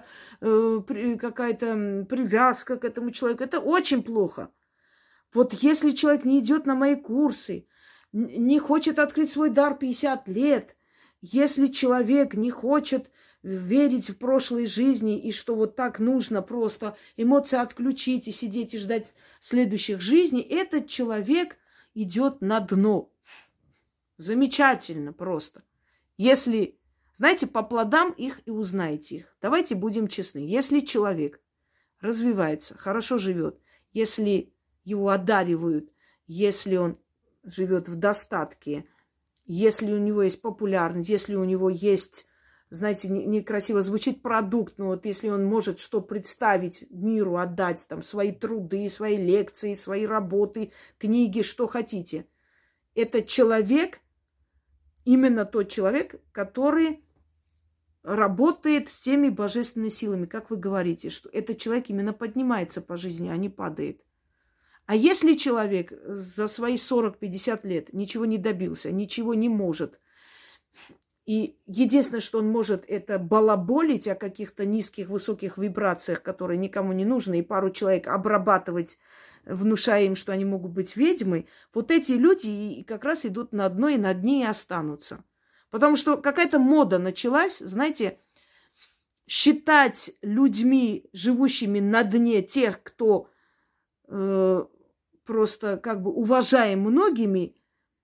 какая-то привязка к этому человеку, это очень плохо. Вот если человек не идет на мои курсы, не хочет открыть свой дар 50 лет, если человек не хочет верить в прошлой жизни и что вот так нужно просто эмоции отключить и сидеть и ждать следующих жизней, этот человек идет на дно. Замечательно просто. Если, знаете, по плодам их и узнаете их. Давайте будем честны. Если человек развивается, хорошо живет, если его одаривают, если он живет в достатке, если у него есть популярность, если у него есть, знаете, некрасиво звучит продукт, но вот если он может что представить миру, отдать там свои труды, свои лекции, свои работы, книги, что хотите. Это человек, именно тот человек, который работает с теми божественными силами, как вы говорите, что этот человек именно поднимается по жизни, а не падает. А если человек за свои 40-50 лет ничего не добился, ничего не может, и единственное, что он может, это балаболить о каких-то низких, высоких вибрациях, которые никому не нужны, и пару человек обрабатывать, внушая им, что они могут быть ведьмой, вот эти люди как раз идут на дно и на дне и останутся. Потому что какая-то мода началась, знаете, считать людьми, живущими на дне, тех, кто просто как бы уважаем многими,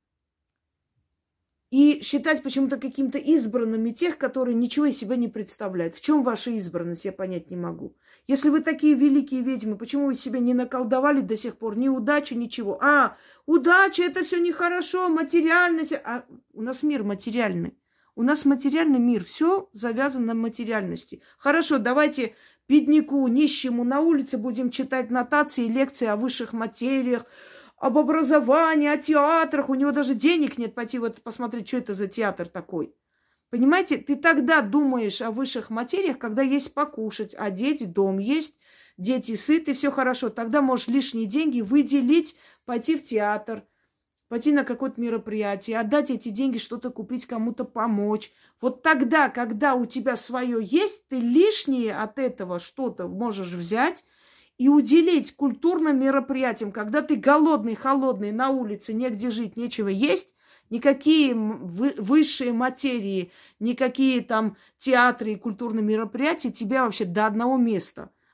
и считать почему-то каким-то избранными тех, которые ничего из себя не представляют. В чем ваша избранность, я понять не могу. Если вы такие великие ведьмы, почему вы себя не наколдовали до сих пор? Ни удачи, ничего. Удача, это все нехорошо, материальность. А у нас мир материальный. У нас материальный мир, все завязано на материальности. Хорошо, давайте бедняку, нищему на улице будем читать нотации, лекции о высших материях, об образовании, о театрах. У него даже денег нет пойти вот посмотреть, что это за театр такой. Понимаете, ты тогда думаешь о высших материях, когда есть покушать, одеть, дом есть, дети сыты, все хорошо. Тогда можешь лишние деньги выделить, пойти в театр, пойти на какое-то мероприятие, отдать эти деньги, что-то купить, кому-то помочь. Вот тогда, когда у тебя свое есть, ты лишнее от этого что-то можешь взять и уделить культурным мероприятиям. Когда ты голодный, холодный, на улице, негде жить, нечего есть, никакие высшие материи, никакие там театры и культурные мероприятия тебя вообще до одного места.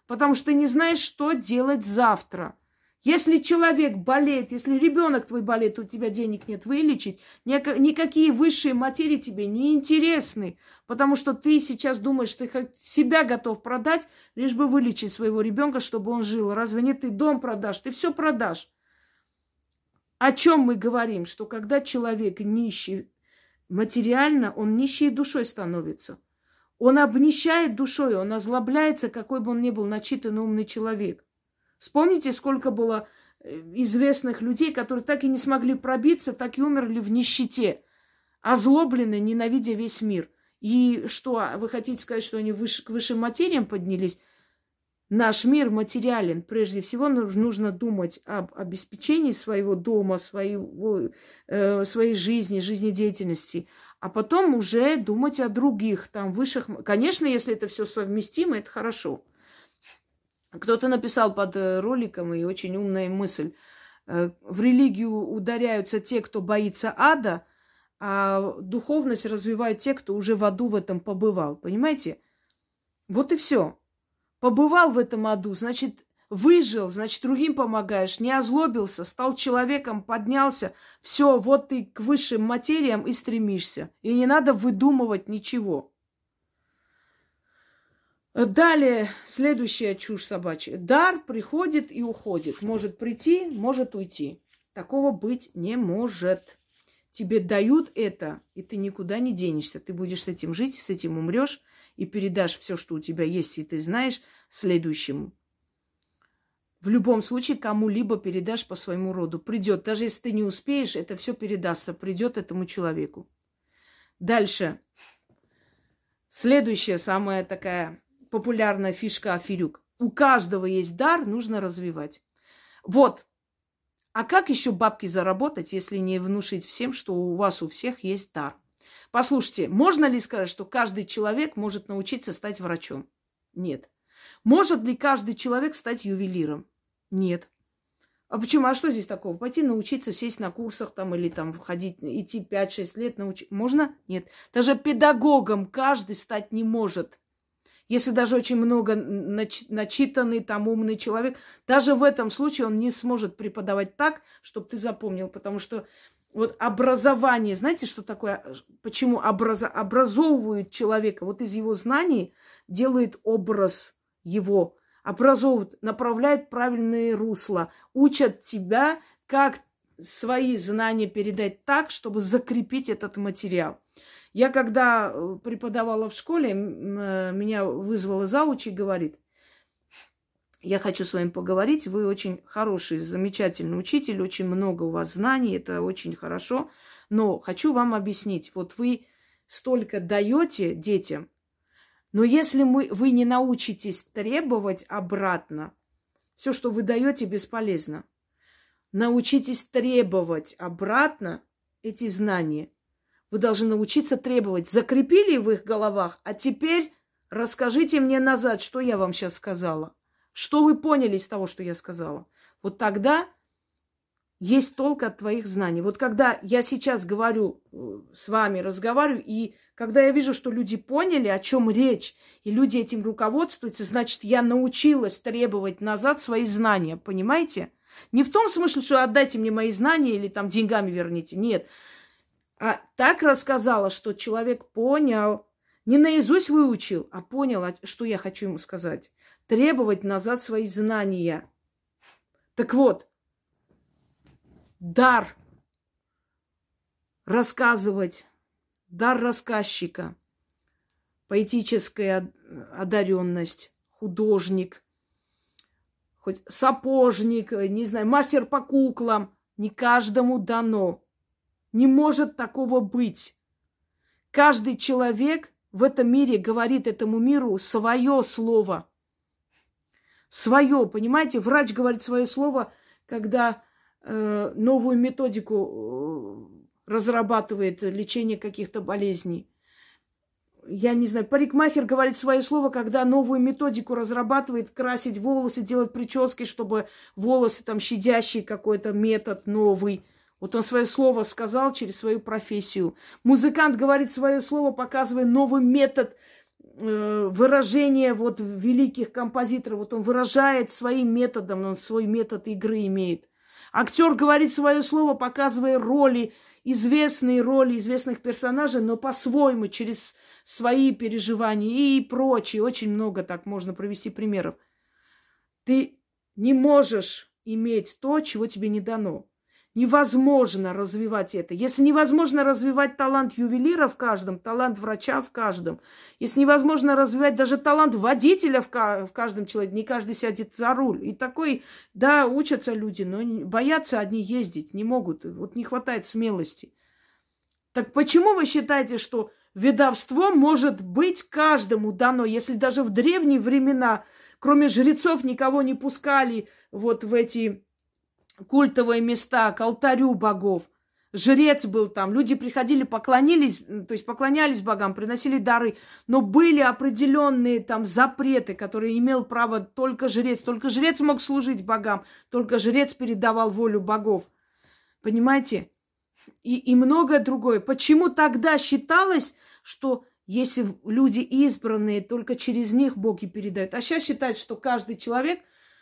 потому что ты не знаешь, что делать завтра. Если человек болеет, если ребенок твой болеет, у тебя денег нет вылечить, никакие высшие материи тебе не интересны, потому что ты сейчас думаешь, ты себя готов продать, лишь бы вылечить своего ребенка, чтобы он жил. Разве нет, ты дом продашь, ты все продашь. О чем мы говорим? Что когда человек нищий материально, он нищей душой становится. Он обнищает душой, он озлобляется, какой бы он ни был начитанный умный человек. Вспомните, сколько было известных людей, которые так и не смогли пробиться, так и умерли в нищете, озлобленные, ненавидя весь мир. И что, вы хотите сказать, что они к высшим материям поднялись? Наш мир материален. Прежде всего нужно думать об обеспечении своего дома, своей жизни, жизнедеятельности, а потом уже думать о других, там, высших. Конечно, если это все совместимо, это хорошо. Кто-то написал под роликом, и очень умная мысль. В религию ударяются те, кто боится ада, а духовность развивают те, кто уже в аду в этом побывал. Понимаете? Вот и все. Побывал в этом аду, значит, выжил, значит, другим помогаешь, не озлобился, стал человеком, поднялся. Все, вот ты к высшим материям и стремишься. И не надо выдумывать ничего. Далее, следующая чушь собачья. Дар приходит и уходит. Может прийти, может уйти. Такого быть не может. Тебе дают это, и ты никуда не денешься. Ты будешь с этим жить, с этим умрешь, и передашь все, что у тебя есть, и ты знаешь, следующему. В любом случае, кому-либо передашь по своему роду. Придет, даже если ты не успеешь, это все передастся, придет этому человеку. Дальше. Следующая, самая такая популярная фишка аферюк. У каждого есть дар, нужно развивать. Вот. А как еще бабки заработать, если не внушить всем, что у вас у всех есть дар? Послушайте, можно ли сказать, что каждый человек может научиться стать врачом? Нет. Может ли каждый человек стать ювелиром? Нет. А почему? А что здесь такого? Пойти научиться, сесть на курсах там или там ходить, идти 5-6 лет научиться? Можно? Нет. Даже педагогом каждый стать не может. Если даже очень много начитанный, там умный человек, даже в этом случае он не сможет преподавать так, чтобы ты запомнил. Потому что вот образование, знаете, что такое? Почему образовывают человека? Вот из его знаний делает образ его. Образовывают, направляют в правильное русло. Учат тебя, как свои знания передать так, чтобы закрепить этот материал. Я когда преподавала в школе, меня вызвала зауч и говорит: я хочу с вами поговорить, вы очень хороший, замечательный учитель, очень много у вас знаний, это очень хорошо, но хочу вам объяснить, вот вы столько даете детям, но если вы не научитесь требовать обратно, все, что вы даете, бесполезно. Научитесь требовать обратно эти знания. Вы должны научиться требовать. Закрепили в их головах, а теперь расскажите мне назад, что я вам сейчас сказала. Что вы поняли из того, что я сказала? Вот тогда есть толк от твоих знаний. Вот когда я сейчас говорю с вами, разговариваю, и когда я вижу, что люди поняли, о чем речь, и люди этим руководствуются, значит, я научилась требовать назад свои знания. Понимаете? Не в том смысле, что отдайте мне мои знания или там деньгами верните. Нет. А так рассказала, что человек понял, не наизусть выучил, а понял, что я хочу ему сказать. Требовать назад свои знания. Так вот, дар рассказывать, дар рассказчика, поэтическая одаренность, художник, хоть сапожник, не знаю, мастер по куклам, не каждому дано. Не может такого быть. Каждый человек в этом мире говорит этому миру свое слово. Свое, понимаете? Врач говорит свое слово, когда новую методику разрабатывает лечение каких-то болезней. Я не знаю, парикмахер говорит свое слово, когда новую методику разрабатывает, красить волосы, делать прически, чтобы волосы там щадящий какой-то метод новый. Вот он свое слово сказал через свою профессию. Музыкант говорит свое слово, показывая новый метод выражение вот великих композиторов. Вот он выражает своим методом, он свой метод игры имеет. Актер говорит свое слово, показывая роли, известные роли известных персонажей, но по-своему, через свои переживания и прочее. Очень много так можно привести примеров. Ты не можешь иметь то, чего тебе не дано. Невозможно развивать это. Если невозможно развивать талант ювелира в каждом, талант врача в каждом, если невозможно развивать даже талант водителя в каждом человеке, не каждый сядет за руль. И такой, да, учатся люди, но боятся одни ездить, не могут. Вот не хватает смелости. Так почему вы считаете, что ведовство может быть каждому дано, если даже в древние времена, кроме жрецов, никого не пускали вот в эти культовые места, к алтарю богов. Жрец был там, люди приходили, поклонились, то есть поклонялись богам, приносили дары, но были определенные там запреты, которые имел право только жрец мог служить богам, только жрец передавал волю богов. Понимаете? И многое другое. Почему тогда считалось, что если люди избранные, только через них боги передают? А сейчас считают, что каждый человек,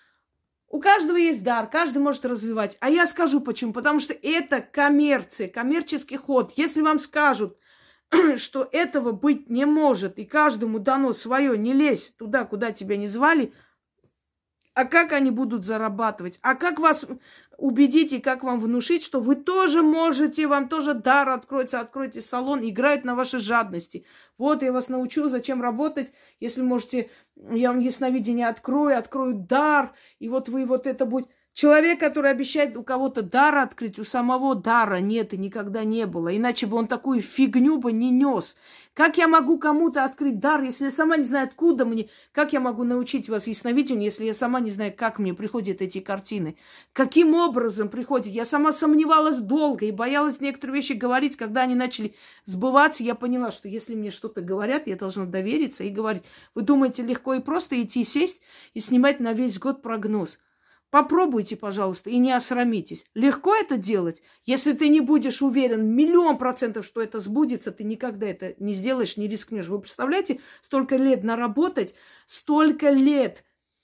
у каждого есть дар, каждый может развивать. А я скажу почему. Потому что это коммерция, коммерческий ход. Если вам скажут, что этого быть не может, и каждому дано свое, не лезь туда, куда тебя не звали, а как они будут зарабатывать? А как вас убедить и как вам внушить, что вы тоже можете, вам тоже дар откроется, откройте салон, играют на вашей жадности. Вот я вас научу, зачем работать, если можете, я вам ясновидение открою дар, и вот вы вот это будет... Человек, который обещает у кого-то дар открыть, у самого дара нет и никогда не было. Иначе бы он такую фигню бы не нес. Как я могу кому-то открыть дар, если я сама не знаю, откуда мне? Как я могу научить вас ясновидению, если я сама не знаю, как мне приходят эти картины? Каким образом приходят? Я сама сомневалась долго и боялась некоторые вещи говорить. Когда они начали сбываться, я поняла, что если мне что-то говорят, я должна довериться и говорить. Вы думаете, легко и просто идти, сесть и снимать на весь год прогноз? Попробуйте, пожалуйста, и не осрамитесь. Легко это делать? Если ты не будешь уверен 1000000%, что это сбудется, ты никогда это не сделаешь, не рискнешь. Вы представляете, столько лет наработать, столько лет,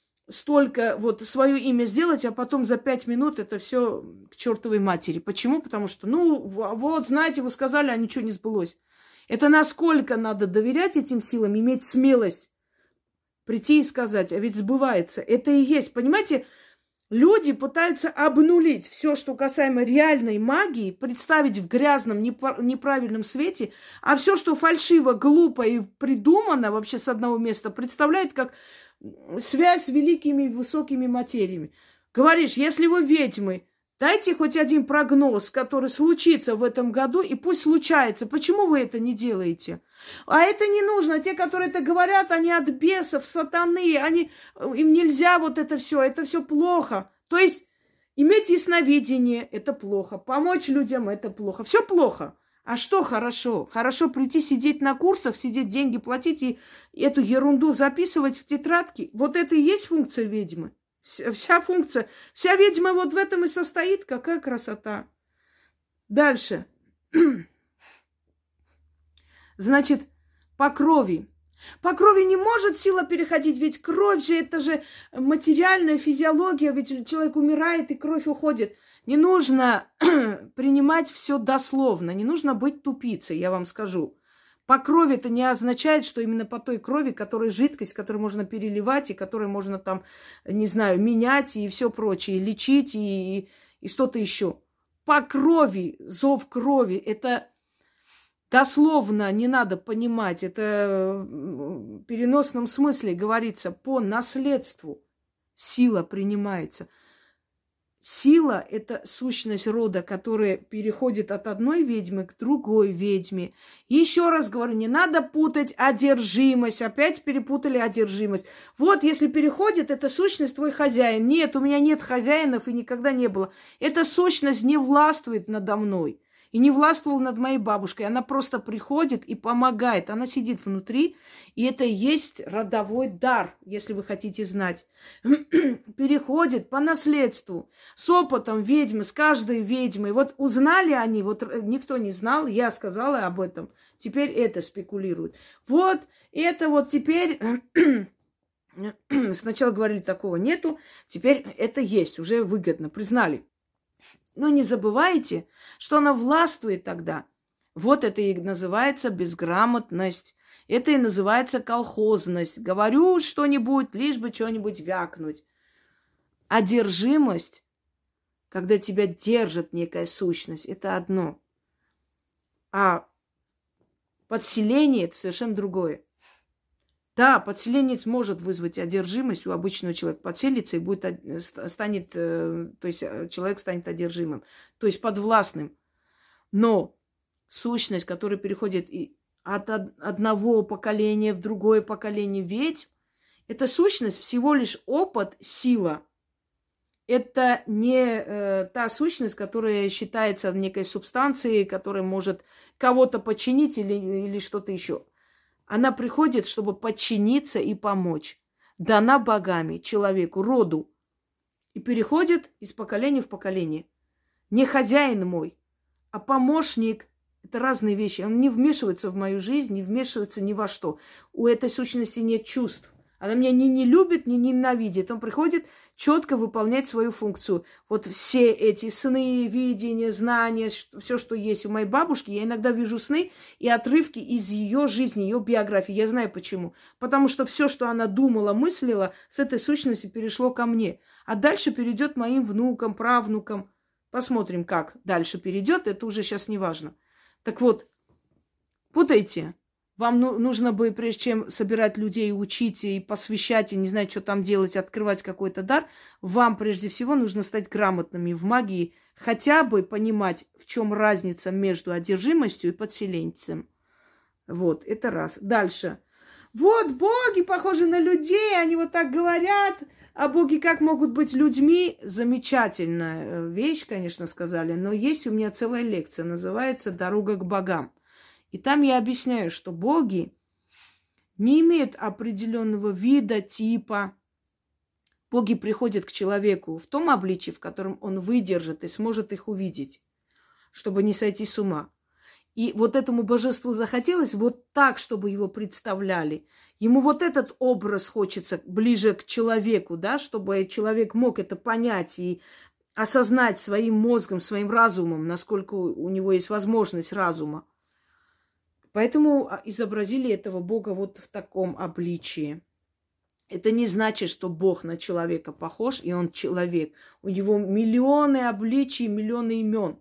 столько вот свое имя сделать, а потом за 5 минут это все к чертовой матери. Почему? Потому что, вот, знаете, вы сказали, а ничего не сбылось. Это насколько надо доверять этим силам, иметь смелость прийти и сказать, а ведь сбывается. Это и есть, понимаете? Люди пытаются обнулить все, что касаемо реальной магии, представить в грязном, неправильном свете, а все, что фальшиво, глупо и придумано вообще с одного места, представляют как связь с великими высокими материями. Говоришь, если вы ведьмы, дайте хоть один прогноз, который случится в этом году, и пусть случается. Почему вы это не делаете? А это не нужно. Те, которые это говорят, они от бесов, сатаны, им нельзя вот это все плохо. То есть иметь ясновидение – это плохо, помочь людям – это плохо. Все плохо. А что хорошо? Хорошо прийти сидеть на курсах, сидеть, деньги платить и эту ерунду записывать в тетрадки. Вот это и есть функция ведьмы. Вся функция, вся ведьма вот в этом и состоит. Какая красота. Дальше. Значит, по крови. По крови не может сила переходить, ведь кровь же, это же материальная физиология, ведь человек умирает и кровь уходит. Не нужно принимать все дословно, не нужно быть тупицей, я вам скажу. По крови это не означает, что именно по той крови, которая жидкость, которую можно переливать, и которую можно там, не знаю, менять и все прочее, лечить и что-то еще. По крови, зов крови, это дословно не надо понимать, это в переносном смысле говорится, по наследству сила принимается. Сила – это сущность рода, которая переходит от одной ведьмы к другой ведьме. И еще раз говорю, не надо путать одержимость. Опять перепутали одержимость. Вот если переходит, это сущность твой хозяин. Нет, у меня нет хозяинов и никогда не было. Эта сущность не властвует надо мной. и не властвовал над моей бабушкой. Она просто приходит и помогает. Она сидит внутри, и это и есть родовой дар, если вы хотите знать. Переходит по наследству, с опытом ведьмы, с каждой ведьмой. Вот узнали они, вот никто не знал, я сказала об этом. Теперь это спекулируют. Вот это вот теперь... Сначала говорили, такого нету, теперь это есть, уже выгодно, признали. Но не забывайте, что она властвует тогда. Вот это и называется безграмотность. Это и называется колхозность. Говорю что-нибудь, лишь бы что-нибудь вякнуть. Одержимость, когда тебя держит некая сущность, это одно. А подселение – это совершенно другое. Да, подселенец может вызвать одержимость у обычного человека. Подселится и человек станет одержимым, то есть подвластным. Но сущность, которая переходит от одного поколения в другое поколение ведьм, это сущность всего лишь опыт, сила. Это не та сущность, которая считается некой субстанцией, которая может кого-то подчинить или что-то еще. Она приходит, чтобы подчиниться и помочь. Дана богами человеку, роду. И переходит из поколения в поколение. Не хозяин мой, а помощник. Это разные вещи. Он не вмешивается в мою жизнь, не вмешивается ни во что. У этой сущности нет чувств. Она меня ни не любит, ни ненавидит. Он приходит четко выполнять свою функцию. Вот все эти сны, видения, знания, все, что есть у моей бабушки, я иногда вижу сны и отрывки из ее жизни, ее биографии. Я знаю почему. Потому что все, что она думала, мыслила, с этой сущности перешло ко мне. А дальше перейдет моим внукам, правнукам. Посмотрим, как дальше перейдет. Это уже сейчас не важно. Так вот, путайте. Вам нужно бы, прежде чем собирать людей, учить и посвящать, и не знать, что там делать, открывать какой-то дар, вам прежде всего нужно стать грамотными в магии, хотя бы понимать, в чем разница между одержимостью и подселенцем. Вот, это раз. Дальше. Вот боги похожи на людей, они вот так говорят, а боги как могут быть людьми? Замечательная вещь, конечно, сказали, но есть у меня целая лекция, называется «Дорога к богам». И там я объясняю, что боги не имеют определенного вида, типа. Боги приходят к человеку в том обличии, в котором он выдержит и сможет их увидеть, чтобы не сойти с ума. И вот этому божеству захотелось вот так, чтобы его представляли. Ему вот этот образ хочется ближе к человеку, да, чтобы человек мог это понять и осознать своим мозгом, своим разумом, насколько у него есть возможность разума. Поэтому изобразили этого Бога вот в таком обличии. Это не значит, что Бог на человека похож, и он человек. У него миллионы обличий, миллионы имен.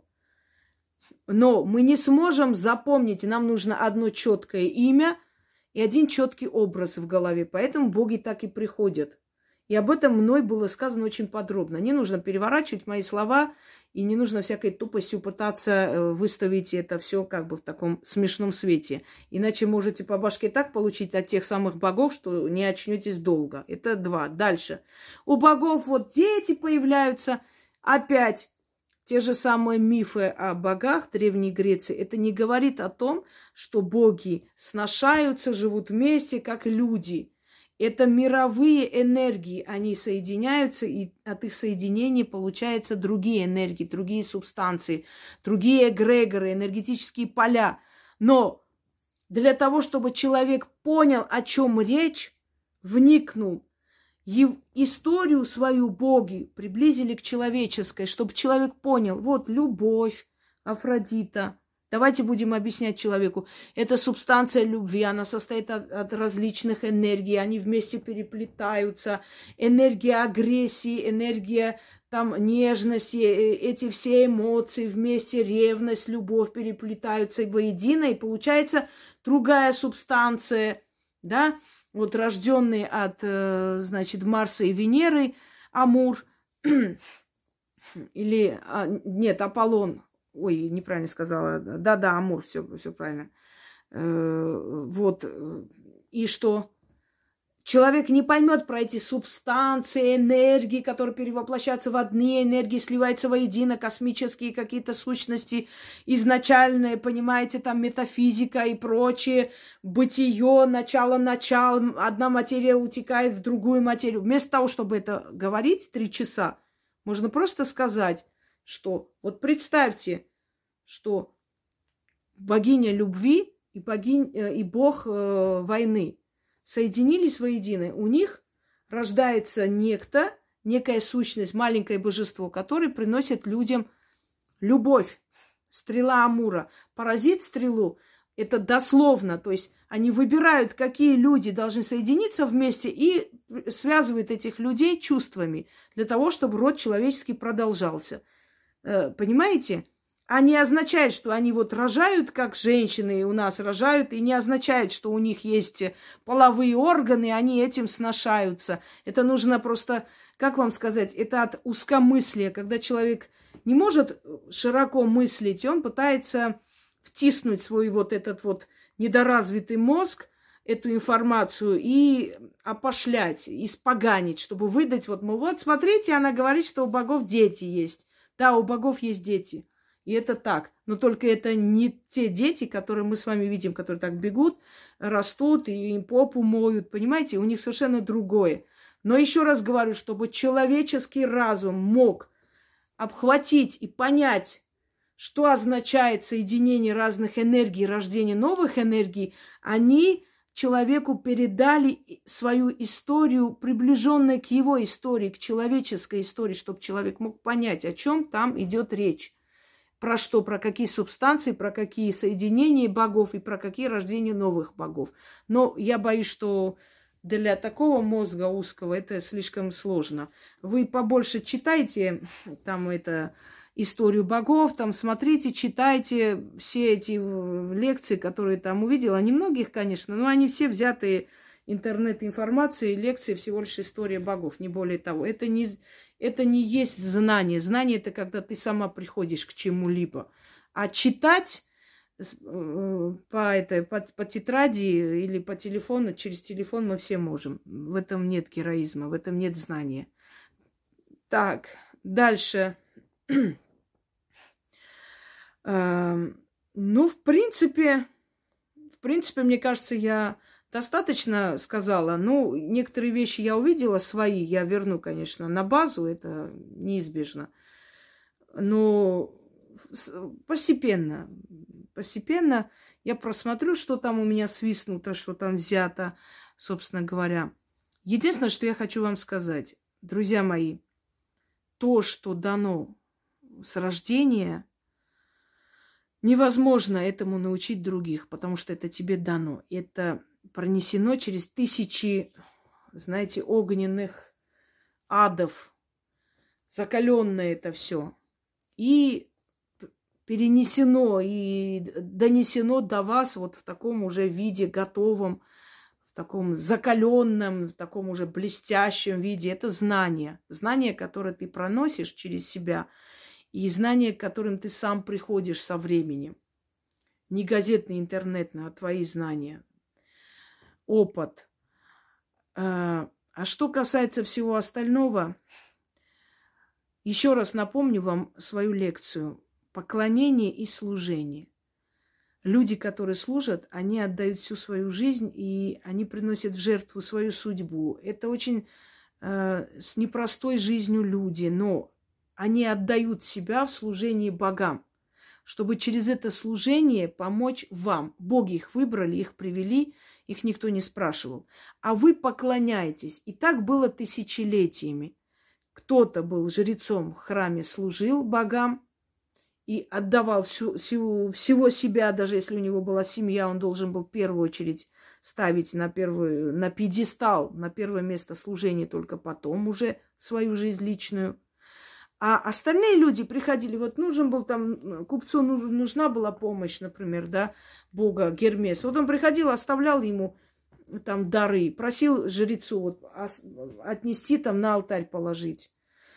Но мы не сможем запомнить, нам нужно одно четкое имя и один четкий образ в голове. Поэтому боги так и приходят. И об этом мной было сказано очень подробно. Не нужно переворачивать мои слова, и не нужно всякой тупостью пытаться выставить это все как бы в таком смешном свете. Иначе можете по башке так получить от тех самых богов, что не очнетесь долго. Это два. Дальше. У богов вот дети появляются. Опять те же самые мифы о богах Древней Греции. Это не говорит о том, что боги сношаются, живут вместе, как люди. Это мировые энергии, они соединяются, и от их соединения получаются другие энергии, другие субстанции, другие эгрегоры, энергетические поля. Но для того, чтобы человек понял, о чем речь, вникнул, историю свою боги приблизили к человеческой, чтобы человек понял, вот любовь, Афродита. Давайте будем объяснять человеку. Это субстанция любви, она состоит от различных энергий, они вместе переплетаются. Энергия агрессии, энергия там, нежности, эти все эмоции вместе, ревность, любовь переплетаются воедино, и получается другая субстанция, да, вот рожденный от, значит, Марса и Венеры, Амур, или, нет, Аполлон. Ой, неправильно сказала. Да, Амур, все правильно. Вот. И что? Человек не поймет про эти субстанции, энергии, которые перевоплощаются в одни энергии, сливаются воедино, космические какие-то сущности, изначальные, понимаете, там метафизика и прочее, бытие, начало, одна материя утекает в другую материю. Вместо того, чтобы это говорить 3 часа, можно просто сказать, что вот представьте, что богиня любви и бог войны соединились воедино. У них рождается некая сущность, маленькое божество, которое приносит людям любовь. Стрела Амура. Поразит стрелу. Это дословно. То есть они выбирают, какие люди должны соединиться вместе и связывают этих людей чувствами для того, чтобы род человеческий продолжался. Понимаете? А не означает, что они вот рожают, как женщины у нас рожают, и не означает, что у них есть половые органы, и они этим сношаются. Это нужно просто, как вам сказать, это от узкомыслия, когда человек не может широко мыслить, и он пытается втиснуть свой вот этот вот недоразвитый мозг, эту информацию, и опошлять, испоганить, чтобы выдать, вот, мол, вот смотрите, она говорит, что у богов дети есть. Да, у богов есть дети. И это так. Но только это не те дети, которые мы с вами видим, которые так бегут, растут и им попу моют. Понимаете, у них совершенно другое. Но еще раз говорю, чтобы человеческий разум мог обхватить и понять, что означает соединение разных энергий, рождение новых энергий, они человеку передали свою историю, приближенную к его истории, к человеческой истории, чтобы человек мог понять, о чем там идет речь. Про что, про какие субстанции, про какие соединения богов и про какие рождения новых богов. Но я боюсь, что для такого мозга узкого это слишком сложно. Вы побольше читайте там историю богов, там смотрите, читайте все эти лекции, которые там увидела. Они многих, конечно, но они все взятые интернет-информации, лекции, всего лишь история богов, не более того. Это не есть знание. Знание – это когда ты сама приходишь к чему-либо. А читать по тетради или по телефону, через телефон мы все можем. В этом нет героизма, в этом нет знания. Так, дальше. Ну, в принципе, мне кажется, я достаточно сказала. Ну, некоторые вещи я увидела свои, я верну, конечно, на базу, это неизбежно. Но постепенно я просмотрю, что там у меня свистнуто, что там взято, собственно говоря. Единственное, что я хочу вам сказать, друзья мои, то, что дано с рождения, невозможно этому научить других, потому что это тебе дано. Это пронесено через тысячи, знаете, огненных адов, закаленное это все. И перенесено, и донесено до вас вот в таком уже виде готовом, в таком закаленном, в таком уже блестящем виде. Это знание. Знание, которое ты проносишь через себя, и знание, к которым ты сам приходишь со временем. Не газетный, интернетный, а твои знания. Опыт. А что касается всего остального, еще раз напомню вам свою лекцию. Поклонение и служение. Люди, которые служат, они отдают всю свою жизнь, и они приносят в жертву свою судьбу. Это очень с непростой жизнью люди, но они отдают себя в служении богам, чтобы через это служение помочь вам. Боги их выбрали, их привели, их никто не спрашивал. А вы поклоняетесь. И так было тысячелетиями. Кто-то был жрецом в храме, служил богам и отдавал всего себя, даже если у него была семья, он должен был в первую очередь ставить на пьедестал, на первое место служения, только потом уже свою жизнь личную. А остальные люди приходили, вот нужен был там, купцу нужна была помощь, например, да, бога Гермеса. Вот он приходил, оставлял ему там дары, просил жрецу вот, отнести там на алтарь положить.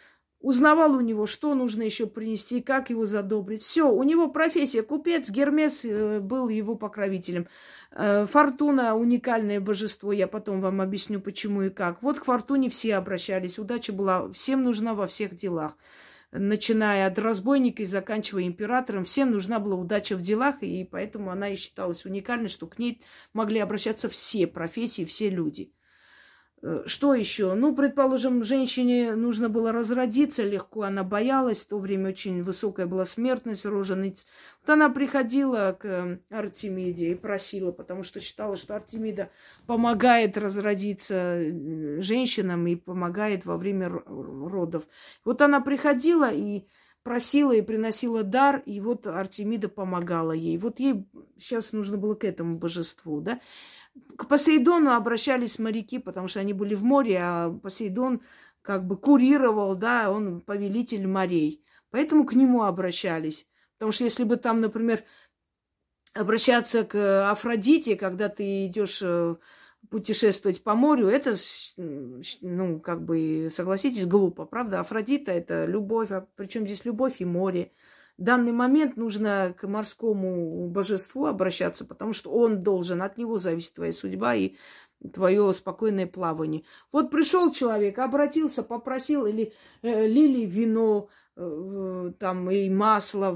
узнавал у него, что нужно еще принести, как его задобрить. Все, у него профессия купец, Гермес был его покровителем. Фортуна – уникальное божество, я потом вам объясню, почему и как. Вот к Фортуне все обращались, удача была всем нужна во всех делах. Начиная от разбойника и заканчивая императором, всем нужна была удача в делах, и поэтому она и считалась уникальной, что к ней могли обращаться все профессии, все люди. Что еще? Ну, предположим, женщине нужно было разродиться легко, она боялась, в то время очень высокая была смертность рожениц. Вот она приходила к Артемиде и просила, потому что считала, что Артемида помогает разродиться женщинам и помогает во время родов. Вот она приходила и просила и приносила дар, и вот Артемида помогала ей. Вот ей сейчас нужно было к этому божеству, да. К Посейдону обращались моряки, потому что они были в море, а Посейдон как бы курировал, да, он повелитель морей. Поэтому к нему обращались. Потому что если бы там, например, обращаться к Афродите, когда ты идешь путешествовать по морю, это, ну, как бы, согласитесь, глупо, правда? Афродита – это любовь, а причем здесь любовь и море. В данный момент нужно к морскому божеству обращаться, потому что он должен, от него зависит твоя судьба и твое спокойное плавание. Вот пришел человек, обратился, попросил, или лили вино, там, и масло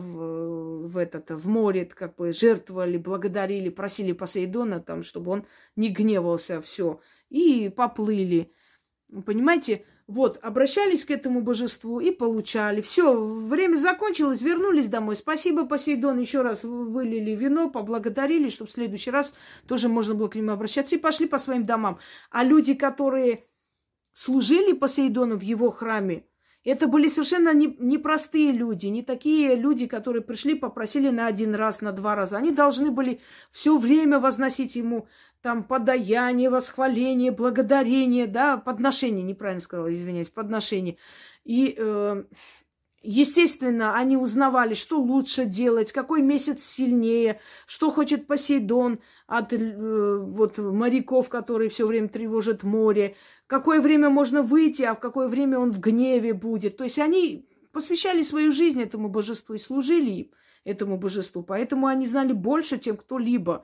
в море, как бы жертвовали, благодарили, просили Посейдона, там, чтобы он не гневался, все, и поплыли. Понимаете? Вот, обращались к этому божеству и получали. Все, время закончилось, вернулись домой. Спасибо, Посейдон, еще раз вылили вино, поблагодарили, чтобы в следующий раз тоже можно было к нему обращаться, и пошли по своим домам. А люди, которые служили Посейдону в его храме, это были совершенно непростые люди, не такие люди, которые пришли, попросили на один раз, на два раза. Они должны были все время возносить ему там подаяние, восхваление, благодарение, да, подношение, неправильно сказала, извиняюсь, подношение. И, естественно, они узнавали, что лучше делать, какой месяц сильнее, что хочет Посейдон от вот моряков, которые все время тревожат море, какое время можно выйти, а в какое время он в гневе будет. То есть они посвящали свою жизнь этому божеству и служили этому божеству, поэтому они знали больше, чем кто-либо.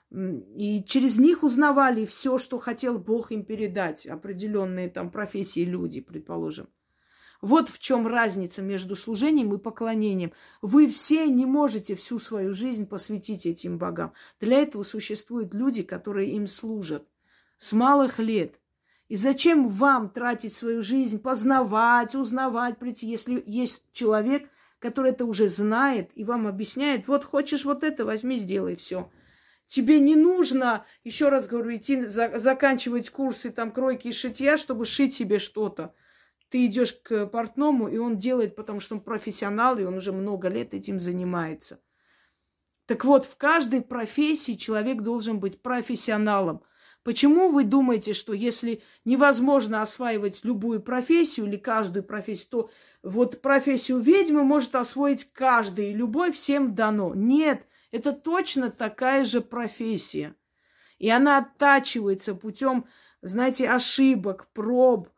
И через них узнавали все, что хотел Бог им передать, определенные там профессии люди, предположим. Вот в чем разница между служением и поклонением. Вы все не можете всю свою жизнь посвятить этим богам. Для этого существуют люди, которые им служат с малых лет. И зачем вам тратить свою жизнь, познавать, узнавать, прийти, если есть человек, который это уже знает и вам объясняет, вот хочешь вот это, возьми, сделай, все. Тебе не нужно, еще раз говорю, идти заканчивать курсы там кройки и шитья, чтобы шить себе что-то. Ты идешь к портному, и он делает, потому что он профессионал, и он уже много лет этим занимается. Так вот, в каждой профессии человек должен быть профессионалом. Почему вы думаете, что если невозможно осваивать любую профессию или каждую профессию, то вот профессию ведьмы может освоить каждый, и любовь всем дано? Нет, это точно такая же профессия. И она оттачивается путем, знаете, ошибок, проб,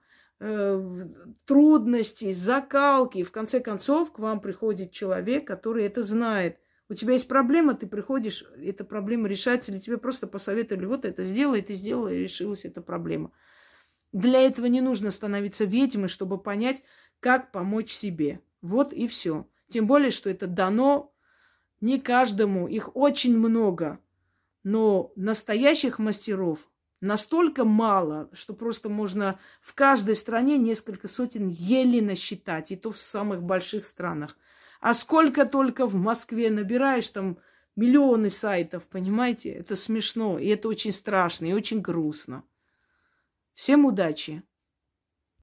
трудностей, закалки. В конце концов, к вам приходит человек, который это знает. У тебя есть проблема, ты приходишь, эта проблема решается, или тебе просто посоветовали, вот это сделай, ты сделала, и решилась эта проблема. Для этого не нужно становиться ведьмой, чтобы понять, как помочь себе. Вот и все. Тем более, что это дано не каждому, их очень много. Но настоящих мастеров настолько мало, что просто можно в каждой стране несколько сотен еле насчитать, и то в самых больших странах. А сколько только в Москве набираешь, там миллионы сайтов, понимаете? Это смешно, и это очень страшно, и очень грустно. Всем удачи!